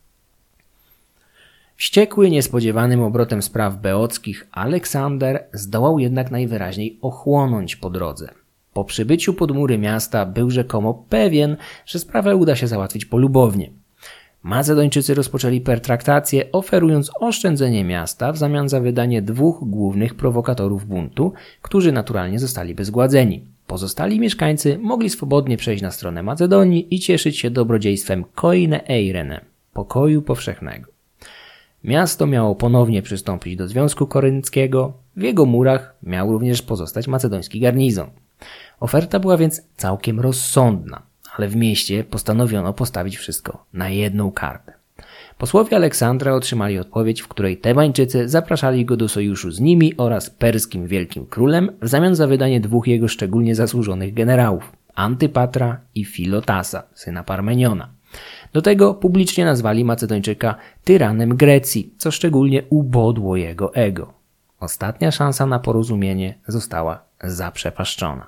Wściekły niespodziewanym obrotem spraw beockich Aleksander zdołał jednak najwyraźniej ochłonąć po drodze. Po przybyciu pod mury miasta był rzekomo pewien, że sprawę uda się załatwić polubownie. Macedończycy rozpoczęli pertraktację, oferując oszczędzenie miasta w zamian za wydanie dwóch głównych prowokatorów buntu, którzy naturalnie zostaliby zgładzeni. Pozostali mieszkańcy mogli swobodnie przejść na stronę Macedonii i cieszyć się dobrodziejstwem koine eirene, pokoju powszechnego. Miasto miało ponownie przystąpić do Związku Korynckiego, w jego murach miał również pozostać macedoński garnizon. Oferta była więc całkiem rozsądna, ale w mieście postanowiono postawić wszystko na jedną kartę. Posłowie Aleksandra otrzymali odpowiedź, w której Tebańczycy zapraszali go do sojuszu z nimi oraz perskim wielkim królem w zamian za wydanie dwóch jego szczególnie zasłużonych generałów, Antypatra i Filotasa, syna Parmeniona. Do tego publicznie nazwali Macedończyka tyranem Grecji, co szczególnie ubodło jego ego. Ostatnia szansa na porozumienie została zaprzepaszczona.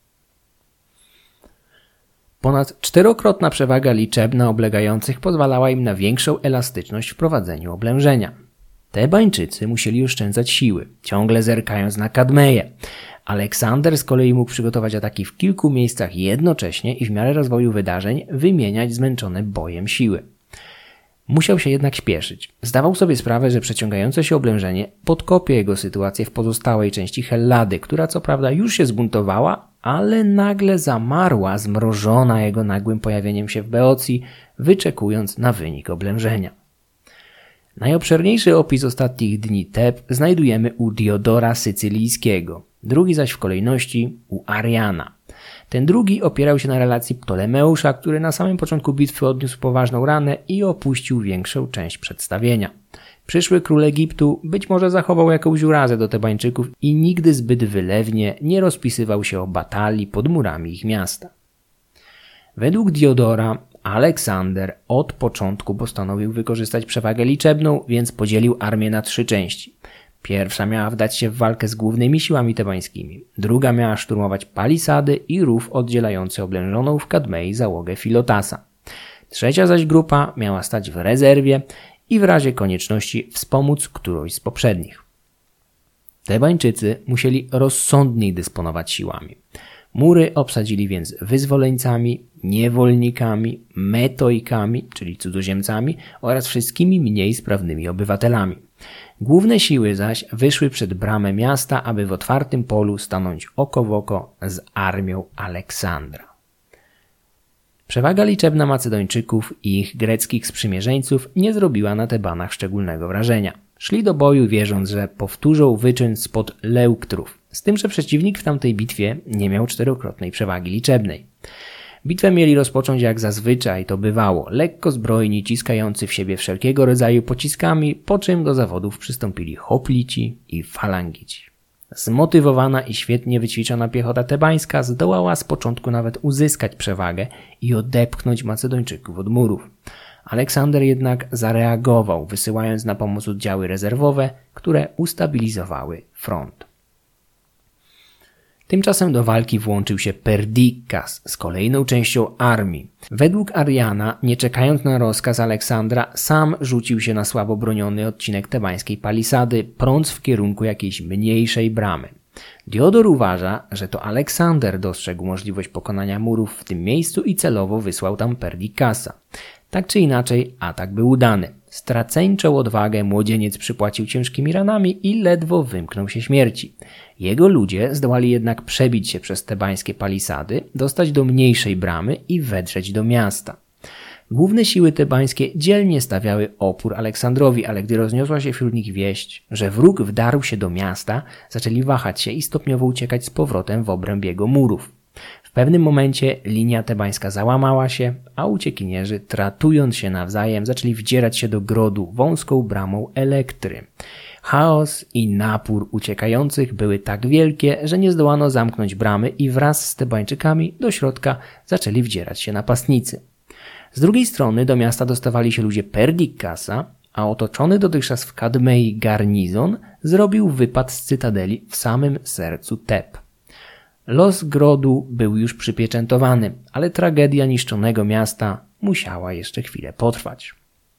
Ponad czterokrotna przewaga liczebna oblegających pozwalała im na większą elastyczność w prowadzeniu oblężenia. Tebańczycy musieli oszczędzać siły, ciągle zerkając na Kadmeję. Aleksander z kolei mógł przygotować ataki w kilku miejscach jednocześnie i w miarę rozwoju wydarzeń wymieniać zmęczone bojem siły. Musiał się jednak śpieszyć. Zdawał sobie sprawę, że przeciągające się oblężenie podkopie jego sytuację w pozostałej części Hellady, która co prawda już się zbuntowała, ale nagle zamarła, zmrożona jego nagłym pojawieniem się w Beocji, wyczekując na wynik oblężenia. Najobszerniejszy opis ostatnich dni Teb znajdujemy u Diodora Sycylijskiego, drugi zaś w kolejności u Ariana. Ten drugi opierał się na relacji Ptolemeusza, który na samym początku bitwy odniósł poważną ranę i opuścił większą część przedstawienia. Przyszły król Egiptu być może zachował jakąś urazę do Tebańczyków i nigdy zbyt wylewnie nie rozpisywał się o batalii pod murami ich miasta. Według Diodora Aleksander od początku postanowił wykorzystać przewagę liczebną, więc podzielił armię na trzy części. Pierwsza miała wdać się w walkę z głównymi siłami tebańskimi, druga miała szturmować palisady i rów oddzielający oblężoną w Kadmei załogę Filotasa. Trzecia zaś grupa miała stać w rezerwie i w razie konieczności wspomóc którąś z poprzednich. Tebańczycy musieli rozsądniej dysponować siłami. Mury obsadzili więc wyzwoleńcami, niewolnikami, metoikami, czyli cudzoziemcami oraz wszystkimi mniej sprawnymi obywatelami. Główne siły zaś wyszły przed bramę miasta, aby w otwartym polu stanąć oko w oko z armią Aleksandra. Przewaga liczebna Macedończyków i ich greckich sprzymierzeńców nie zrobiła na Tebanach szczególnego wrażenia. Szli do boju wierząc, że powtórzą wyczyn spod Leuktrów, z tym, że przeciwnik w tamtej bitwie nie miał czterokrotnej przewagi liczebnej. Bitwę mieli rozpocząć jak zazwyczaj to bywało, lekko zbrojni, ciskający w siebie wszelkiego rodzaju pociskami, po czym do zawodów przystąpili hoplici i falangici. Zmotywowana i świetnie wyćwiczona piechota tebańska zdołała z początku nawet uzyskać przewagę i odepchnąć Macedończyków od murów. Aleksander jednak zareagował, wysyłając na pomoc oddziały rezerwowe, które ustabilizowały front. Tymczasem do walki włączył się Perdikkas z kolejną częścią armii. Według Ariana, nie czekając na rozkaz Aleksandra, sam rzucił się na słabo broniony odcinek tebańskiej palisady, prąc w kierunku jakiejś mniejszej bramy. Diodor uważa, że to Aleksander dostrzegł możliwość pokonania murów w tym miejscu i celowo wysłał tam Perdikkasa. Tak czy inaczej, atak był udany. Straceńczą odwagę młodzieniec przypłacił ciężkimi ranami i ledwo wymknął się śmierci. Jego ludzie zdołali jednak przebić się przez tebańskie palisady, dostać do mniejszej bramy i wedrzeć do miasta. Główne siły tebańskie dzielnie stawiały opór Aleksandrowi, ale gdy rozniosła się wśród nich wieść, że wróg wdarł się do miasta, zaczęli wahać się i stopniowo uciekać z powrotem w obręb jego murów. W pewnym momencie linia tebańska załamała się, a uciekinierzy, tratując się nawzajem, zaczęli wdzierać się do grodu wąską bramą Elektry. Chaos i napór uciekających były tak wielkie, że nie zdołano zamknąć bramy i wraz z Tebańczykami do środka zaczęli wdzierać się napastnicy. Z drugiej strony do miasta dostawali się ludzie Perdikkasa, a otoczony dotychczas w Kadmei garnizon zrobił wypad z cytadeli w samym sercu Teb. Los grodu był już przypieczętowany, ale tragedia niszczonego miasta musiała jeszcze chwilę potrwać.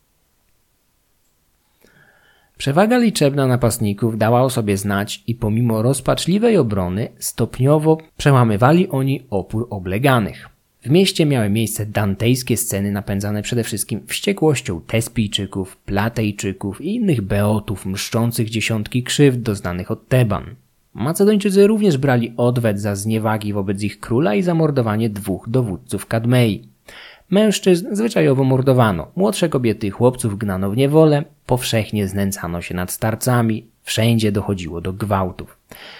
Przewaga liczebna napastników dała o sobie znać i pomimo rozpaczliwej obrony stopniowo przełamywali oni opór obleganych. W mieście miały miejsce dantejskie sceny napędzane przede wszystkim wściekłością Tespijczyków, Platejczyków i innych beotów mszczących dziesiątki krzywd doznanych od Teban. Macedończycy również brali odwet za zniewagi wobec ich króla i zamordowanie dwóch dowódców Kadmei. Mężczyzn zwyczajowo mordowano, młodsze kobiety i chłopców gnano w niewolę, powszechnie znęcano się nad starcami, wszędzie dochodziło do gwałtów.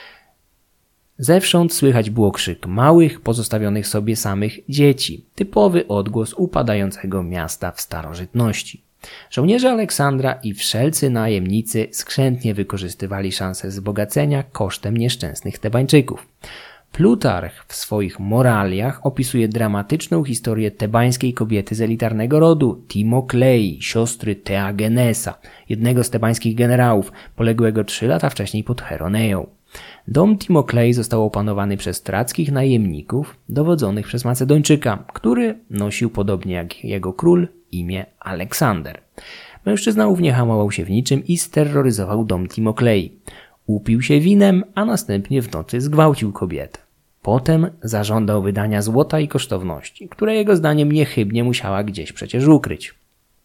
Zewsząd słychać było krzyk małych, pozostawionych sobie samych dzieci, typowy odgłos upadającego miasta w starożytności. Żołnierze Aleksandra i wszelcy najemnicy skrzętnie wykorzystywali szansę wzbogacenia kosztem nieszczęsnych Tebańczyków. Plutarch w swoich Moraliach opisuje dramatyczną historię tebańskiej kobiety z elitarnego rodu, Timoklei, siostry Teagenesa, jednego z tebańskich generałów, poległego trzy lata wcześniej pod Cheroneją. Dom Timoklei został opanowany przez trackich najemników dowodzonych przez Macedończyka, który nosił podobnie jak jego król imię Aleksander. Mężczyzna ów nie hamował się w niczym i steroryzował dom Timoklei. Upił się winem, a następnie w nocy zgwałcił kobietę. Potem zażądał wydania złota i kosztowności, które jego zdaniem niechybnie musiała gdzieś przecież ukryć.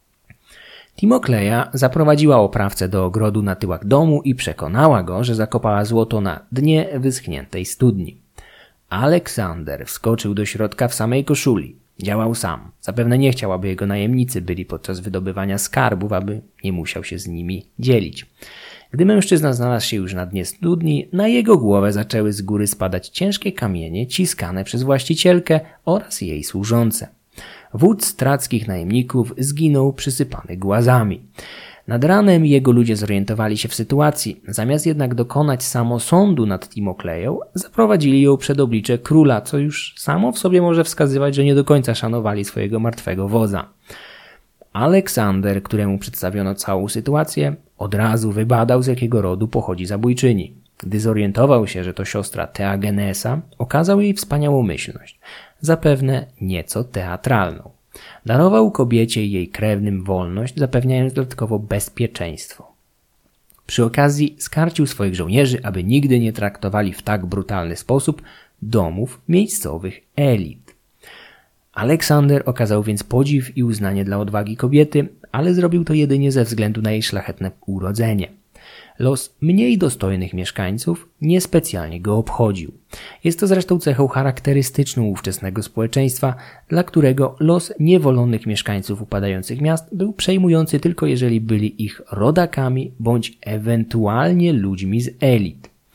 Timokleja zaprowadziła oprawcę do ogrodu na tyłach domu i przekonała go, że zakopała złoto na dnie wyschniętej studni. Aleksander wskoczył do środka w samej koszuli. Działał sam. Zapewne nie chciał, aby jego najemnicy byli podczas wydobywania skarbów, aby nie musiał się z nimi dzielić. Gdy mężczyzna znalazł się już na dnie studni, na jego głowę zaczęły z góry spadać ciężkie kamienie ciskane przez właścicielkę oraz jej służące. Wódz trackich najemników zginął przysypany głazami. Nad ranem jego ludzie zorientowali się w sytuacji. Zamiast jednak dokonać samosądu nad Timokleją, zaprowadzili ją przed oblicze króla, co już samo w sobie może wskazywać, że nie do końca szanowali swojego martwego wodza. Aleksander, któremu przedstawiono całą sytuację, od razu wybadał, z jakiego rodu pochodzi zabójczyni. Gdy zorientował się, że to siostra Teagenesa, okazał jej wspaniałomyślność, zapewne nieco teatralną. Darował kobiecie i jej krewnym wolność, zapewniając dodatkowo bezpieczeństwo. Przy okazji skarcił swoich żołnierzy, aby nigdy nie traktowali w tak brutalny sposób domów miejscowych elit. Aleksander okazał więc podziw i uznanie dla odwagi kobiety, ale zrobił to jedynie ze względu na jej szlachetne urodzenie. Los mniej dostojnych mieszkańców niespecjalnie go obchodził. Jest to zresztą cechą charakterystyczną ówczesnego społeczeństwa, dla którego los niewolonych mieszkańców upadających miast był przejmujący tylko jeżeli byli ich rodakami bądź ewentualnie ludźmi z elit.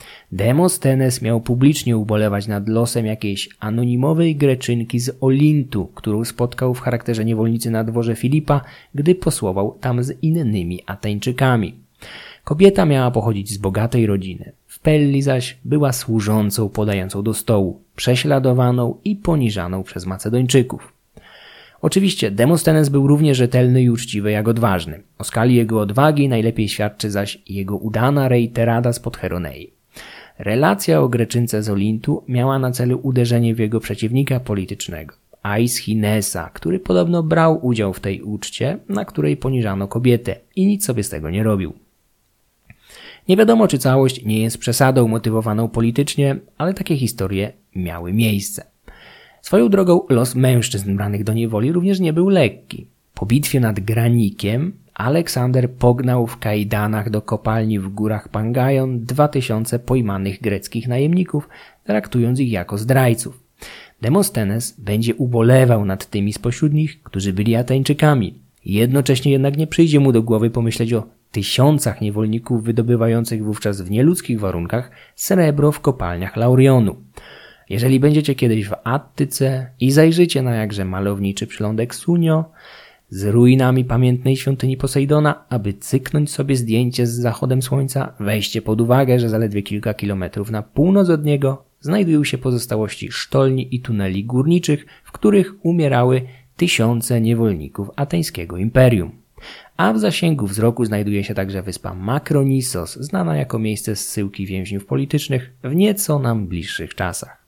Demosthenes miał publicznie ubolewać nad losem jakiejś anonimowej Greczynki z Olintu, którą spotkał w charakterze niewolnicy na dworze Filipa, gdy posłował tam z innymi Ateńczykami. Kobieta miała pochodzić z bogatej rodziny. W Pelli zaś była służącą podającą do stołu, prześladowaną i poniżaną przez Macedończyków. Oczywiście Demosthenes był równie rzetelny i uczciwy jak odważny. O skali jego odwagi najlepiej świadczy zaś jego udana reiterada spod Cheronei. Relacja o Greczynce z Olintu miała na celu uderzenie w jego przeciwnika politycznego, Aeschinesa, który podobno brał udział w tej uczcie, na której poniżano kobietę i nic sobie z tego nie robił. Nie wiadomo, czy całość nie jest przesadą motywowaną politycznie, ale takie historie miały miejsce. Swoją drogą los mężczyzn branych do niewoli również nie był lekki. Po bitwie nad Granikiem Aleksander pognał w kajdanach do kopalni w górach Pangajon dwa tysiące pojmanych greckich najemników, traktując ich jako zdrajców. Demosthenes będzie ubolewał nad tymi spośród nich, którzy byli Ateńczykami. Jednocześnie jednak nie przyjdzie mu do głowy pomyśleć o tysiącach niewolników wydobywających wówczas w nieludzkich warunkach srebro w kopalniach Laurionu. Jeżeli będziecie kiedyś w Attyce i zajrzycie na jakże malowniczy przylądek Sunio z ruinami pamiętnej świątyni Posejdona, aby cyknąć sobie zdjęcie z zachodem słońca, weźcie pod uwagę, że zaledwie kilka kilometrów na północ od niego znajdują się pozostałości sztolni i tuneli górniczych, w których umierały tysiące niewolników ateńskiego imperium. A w zasięgu wzroku znajduje się także wyspa Makronisos, znana jako miejsce zsyłki więźniów politycznych w nieco nam bliższych czasach.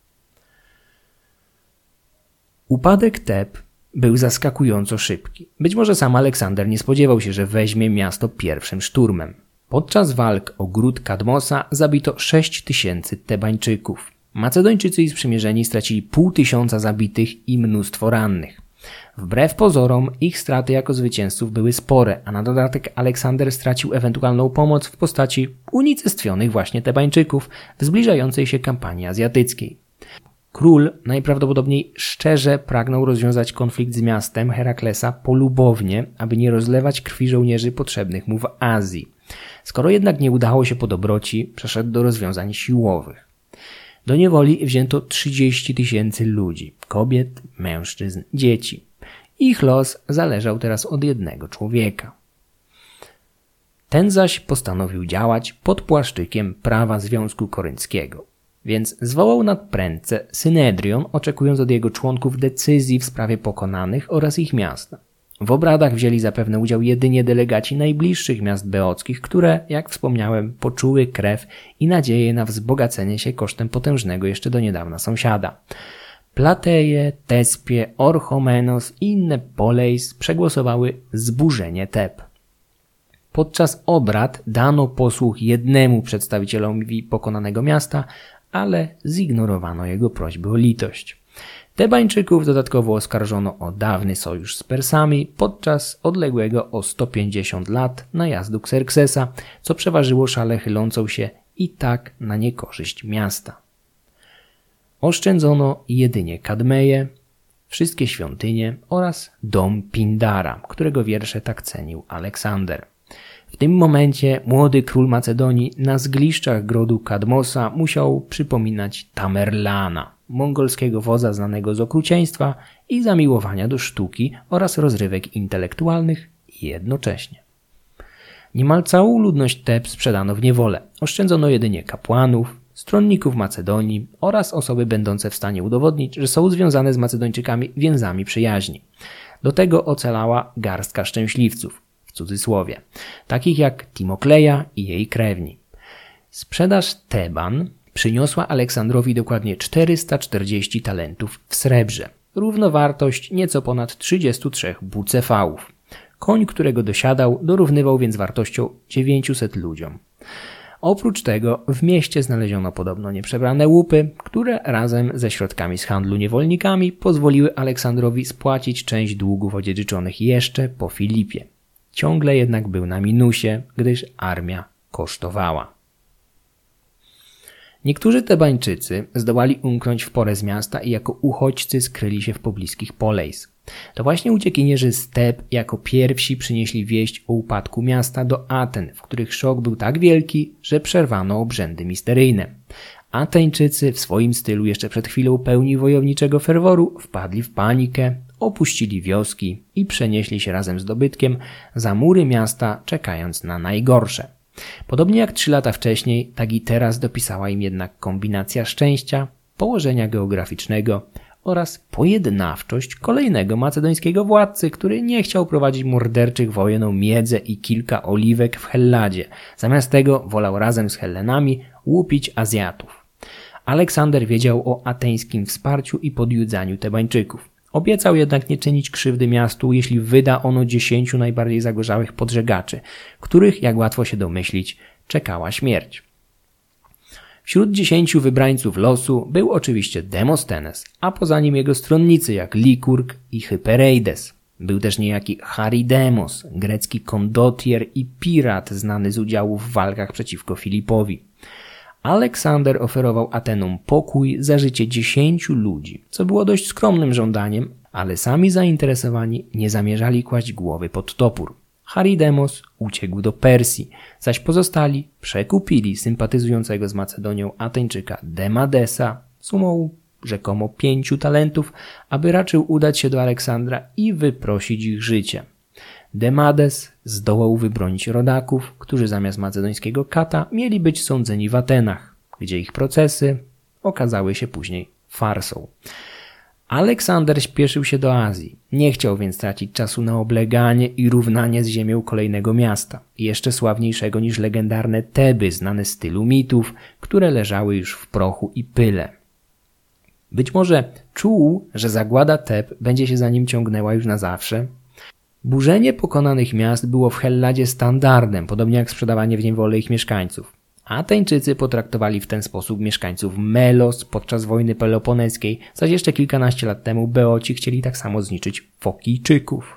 Upadek Teb był zaskakująco szybki. Być może sam Aleksander nie spodziewał się, że weźmie miasto pierwszym szturmem. Podczas walk o gród Kadmosa zabito sześć tysięcy Tebańczyków. Macedończycy i sprzymierzeni stracili pół tysiąca zabitych i mnóstwo rannych. Wbrew pozorom ich straty jako zwycięzców były spore, a na dodatek Aleksander stracił ewentualną pomoc w postaci unicestwionych właśnie Tebańczyków w zbliżającej się kampanii azjatyckiej. Król najprawdopodobniej szczerze pragnął rozwiązać konflikt z miastem Heraklesa polubownie, aby nie rozlewać krwi żołnierzy potrzebnych mu w Azji. Skoro jednak nie udało się po dobroci, przeszedł do rozwiązań siłowych. Do niewoli wzięto trzydzieści tysięcy ludzi, kobiet, mężczyzn, dzieci. Ich los zależał teraz od jednego człowieka. Ten zaś postanowił działać pod płaszczykiem prawa Związku Korynckiego. Więc zwołał nadprędce Synedrion, oczekując od jego członków decyzji w sprawie pokonanych oraz ich miasta. W obradach wzięli zapewne udział jedynie delegaci najbliższych miast beockich, które, jak wspomniałem, poczuły krew i nadzieję na wzbogacenie się kosztem potężnego jeszcze do niedawna sąsiada. Plateje, Tespie, Orchomenos i inne poleis przegłosowały zburzenie Teb. Podczas obrad dano posłuch jednemu przedstawicielowi pokonanego miasta, ale zignorowano jego prośby o litość. Tebańczyków dodatkowo oskarżono o dawny sojusz z Persami podczas odległego o sto pięćdziesiąt lat najazdu Xerxesa, co przeważyło szalę chylącą się i tak na niekorzyść miasta. Oszczędzono jedynie Kadmeję, wszystkie świątynie oraz dom Pindara, którego wiersze tak cenił Aleksander. W tym momencie młody król Macedonii na zgliszczach grodu Kadmosa musiał przypominać Tamerlana, mongolskiego wodza znanego z okrucieństwa i zamiłowania do sztuki oraz rozrywek intelektualnych jednocześnie. Niemal całą ludność Teb sprzedano w niewolę. Oszczędzono jedynie kapłanów, stronników Macedonii oraz osoby będące w stanie udowodnić, że są związane z Macedończykami więzami przyjaźni. Do tego ocalała garstka szczęśliwców, w cudzysłowie, takich jak Timokleja i jej krewni. Sprzedaż Teban przyniosła Aleksandrowi dokładnie czterysta czterdzieści talentów w srebrze, równowartość nieco ponad trzydziestu trzech bucefałów. Koń, którego dosiadał, dorównywał więc wartością dziewięciuset ludziom. Oprócz tego w mieście znaleziono podobno nieprzebrane łupy, które razem ze środkami z handlu niewolnikami pozwoliły Aleksandrowi spłacić część długów odziedziczonych jeszcze po Filipie. Ciągle jednak był na minusie, gdyż armia kosztowała. Niektórzy Tebańczycy zdołali umknąć w porę z miasta i jako uchodźcy skryli się w pobliskich poleis. To właśnie uciekinierzy z Teb jako pierwsi przynieśli wieść o upadku miasta do Aten, w których szok był tak wielki, że przerwano obrzędy misteryjne. Ateńczycy w swoim stylu jeszcze przed chwilą pełni wojowniczego ferworu wpadli w panikę, opuścili wioski i przenieśli się razem z dobytkiem za mury miasta, czekając na najgorsze. Podobnie jak trzy lata wcześniej, tak i teraz dopisała im jednak kombinacja szczęścia, położenia geograficznego oraz pojednawczość kolejnego macedońskiego władcy, który nie chciał prowadzić morderczych wojen o miedzę i kilka oliwek w Helladzie. Zamiast tego wolał razem z Hellenami łupić Azjatów. Aleksander wiedział o ateńskim wsparciu i podjudzaniu Tebańczyków. Obiecał jednak nie czynić krzywdy miastu, jeśli wyda ono dziesięciu najbardziej zagorzałych podżegaczy, których, jak łatwo się domyślić, czekała śmierć. Wśród dziesięciu wybrańców losu był oczywiście Demostenes, a poza nim jego stronnicy jak Likurg i Hypereides. Był też niejaki Charydemos, grecki kondotier i pirat znany z udziału w walkach przeciwko Filipowi. Aleksander oferował Atenom pokój za życie dziesięciu ludzi, co było dość skromnym żądaniem, ale sami zainteresowani nie zamierzali kłaść głowy pod topór. Charydemos uciekł do Persji, zaś pozostali przekupili sympatyzującego z Macedonią Ateńczyka Demadesa sumą rzekomo pięciu talentów, aby raczył udać się do Aleksandra i wyprosić ich życie. Demades zdołał wybronić rodaków, którzy zamiast macedońskiego kata mieli być sądzeni w Atenach, gdzie ich procesy okazały się później farsą. Aleksander śpieszył się do Azji, nie chciał więc tracić czasu na obleganie i równanie z ziemią kolejnego miasta, jeszcze sławniejszego niż legendarne Teby, znane z tylu mitów, które leżały już w prochu i pyle. Być może czuł, że zagłada Teb będzie się za nim ciągnęła już na zawsze. Burzenie pokonanych miast było w Helladzie standardem, podobnie jak sprzedawanie w niewolę ich mieszkańców. Ateńczycy potraktowali w ten sposób mieszkańców Melos podczas wojny peloponeskiej, zaś jeszcze kilkanaście lat temu Beoci chcieli tak samo zniszczyć Fokijczyków.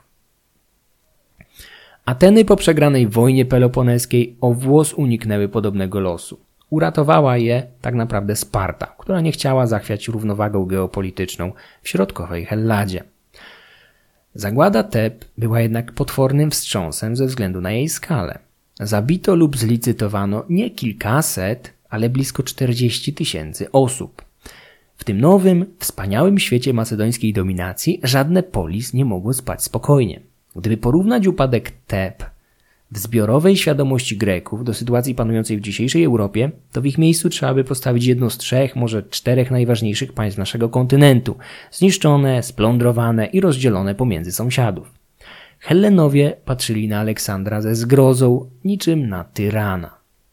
Ateny po przegranej wojnie peloponeskiej o włos uniknęły podobnego losu. Uratowała je tak naprawdę Sparta, która nie chciała zachwiać równowagą geopolityczną w środkowej Helladzie. Zagłada Teb była jednak potwornym wstrząsem ze względu na jej skalę. Zabito lub zlicytowano nie kilkaset, ale blisko czterdzieści tysięcy osób. W tym nowym, wspaniałym świecie macedońskiej dominacji żadne polis nie mogło spać spokojnie. Gdyby porównać upadek Teb w zbiorowej świadomości Greków do sytuacji panującej w dzisiejszej Europie, to w ich miejscu trzeba by postawić jedno z trzech, może czterech najważniejszych państw naszego kontynentu, zniszczone, splądrowane i rozdzielone pomiędzy sąsiadów. Hellenowie patrzyli na Aleksandra ze zgrozą, niczym na tyrana.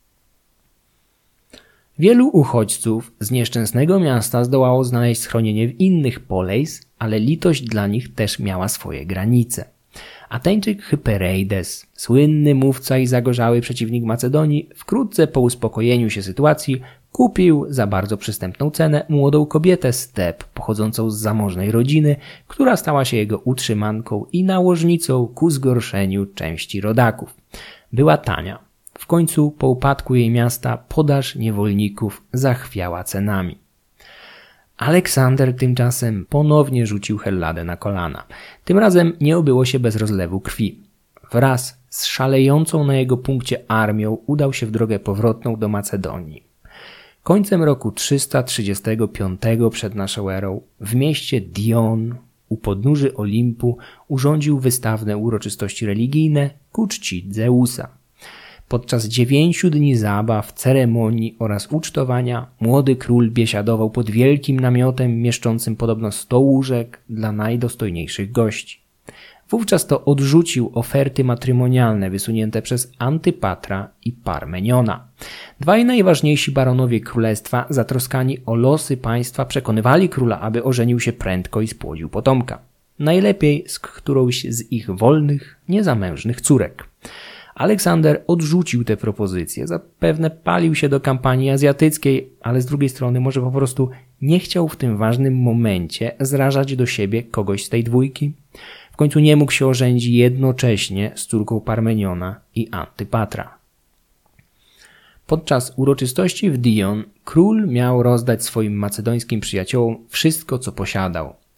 Wielu uchodźców z nieszczęsnego miasta zdołało znaleźć schronienie w innych poleis, ale litość dla nich też miała swoje granice. Ateńczyk Hypereides, słynny mówca i zagorzały przeciwnik Macedonii, wkrótce po uspokojeniu się sytuacji kupił za bardzo przystępną cenę młodą kobietę z Teb, pochodzącą z zamożnej rodziny, która stała się jego utrzymanką i nałożnicą ku zgorszeniu części rodaków. Była tania. W końcu po upadku jej miasta podaż niewolników zachwiała cenami. Aleksander tymczasem ponownie rzucił Helladę na kolana. Tym razem nie obyło się bez rozlewu krwi. Wraz z szalejącą na jego punkcie armią udał się w drogę powrotną do Macedonii. Końcem roku trzysta trzydziestego piątego przed naszą erą w mieście Dion u podnóży Olimpu urządził wystawne uroczystości religijne ku czci Zeusa. Podczas dziewięciu dni zabaw, ceremonii oraz ucztowania młody król biesiadował pod wielkim namiotem mieszczącym podobno sto łóżek dla najdostojniejszych gości. Wówczas to odrzucił oferty matrymonialne wysunięte przez Antypatra i Parmeniona. Dwaj najważniejsi baronowie królestwa, zatroskani o losy państwa, przekonywali króla, aby ożenił się prędko i spłodził potomka. Najlepiej z którąś z ich wolnych, niezamężnych córek. Aleksander odrzucił te propozycje. Zapewne palił się do kampanii azjatyckiej, ale z drugiej strony może po prostu nie chciał w tym ważnym momencie zrażać do siebie kogoś z tej dwójki. W końcu nie mógł się ożenić jednocześnie z córką Parmeniona i Antypatra. Podczas uroczystości w Dion król miał rozdać swoim macedońskim przyjaciołom wszystko, co posiadał.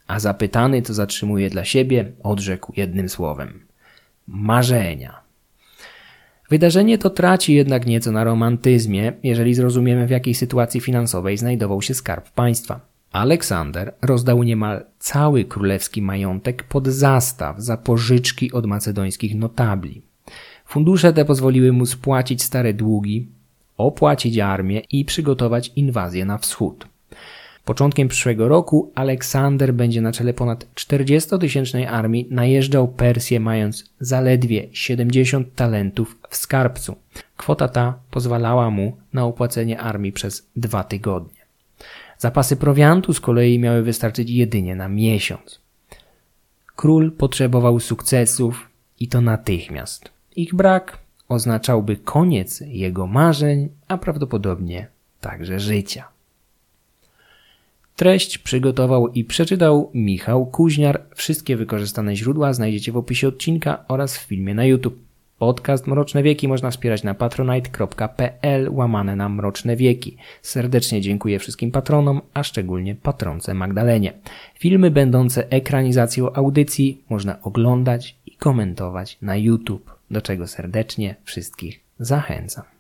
a zapytany, co zatrzymuje dla siebie, odrzekł jednym słowem: marzenia. Wydarzenie to traci jednak nieco na romantyzmie, jeżeli zrozumiemy, w jakiej sytuacji finansowej znajdował się skarb państwa. Aleksander rozdał niemal cały królewski majątek pod zastaw za pożyczki od macedońskich notabli. Fundusze te pozwoliły mu spłacić stare długi, opłacić armię i przygotować inwazję na wschód. Początkiem przyszłego roku Aleksander będzie na czele ponad czterdziestotysięcznej armii najeżdżał Persję, mając zaledwie siedemdziesiąt talentów w skarbcu. Kwota ta pozwalała mu na opłacenie armii przez dwa tygodnie. Zapasy prowiantu z kolei miały wystarczyć jedynie na miesiąc. Król potrzebował sukcesów i to natychmiast. Ich brak oznaczałby koniec jego marzeń, a prawdopodobnie także życia. Treść przygotował i przeczytał Michał Kuźniar. Wszystkie wykorzystane źródła znajdziecie w opisie odcinka oraz w filmie na YouTube. Podcast Mroczne Wieki można wspierać na patronite.pl łamane na Mroczne Wieki. Serdecznie dziękuję wszystkim patronom, a szczególnie patronce Magdalenie. Filmy będące ekranizacją audycji można oglądać i komentować na YouTube, do czego serdecznie wszystkich zachęcam.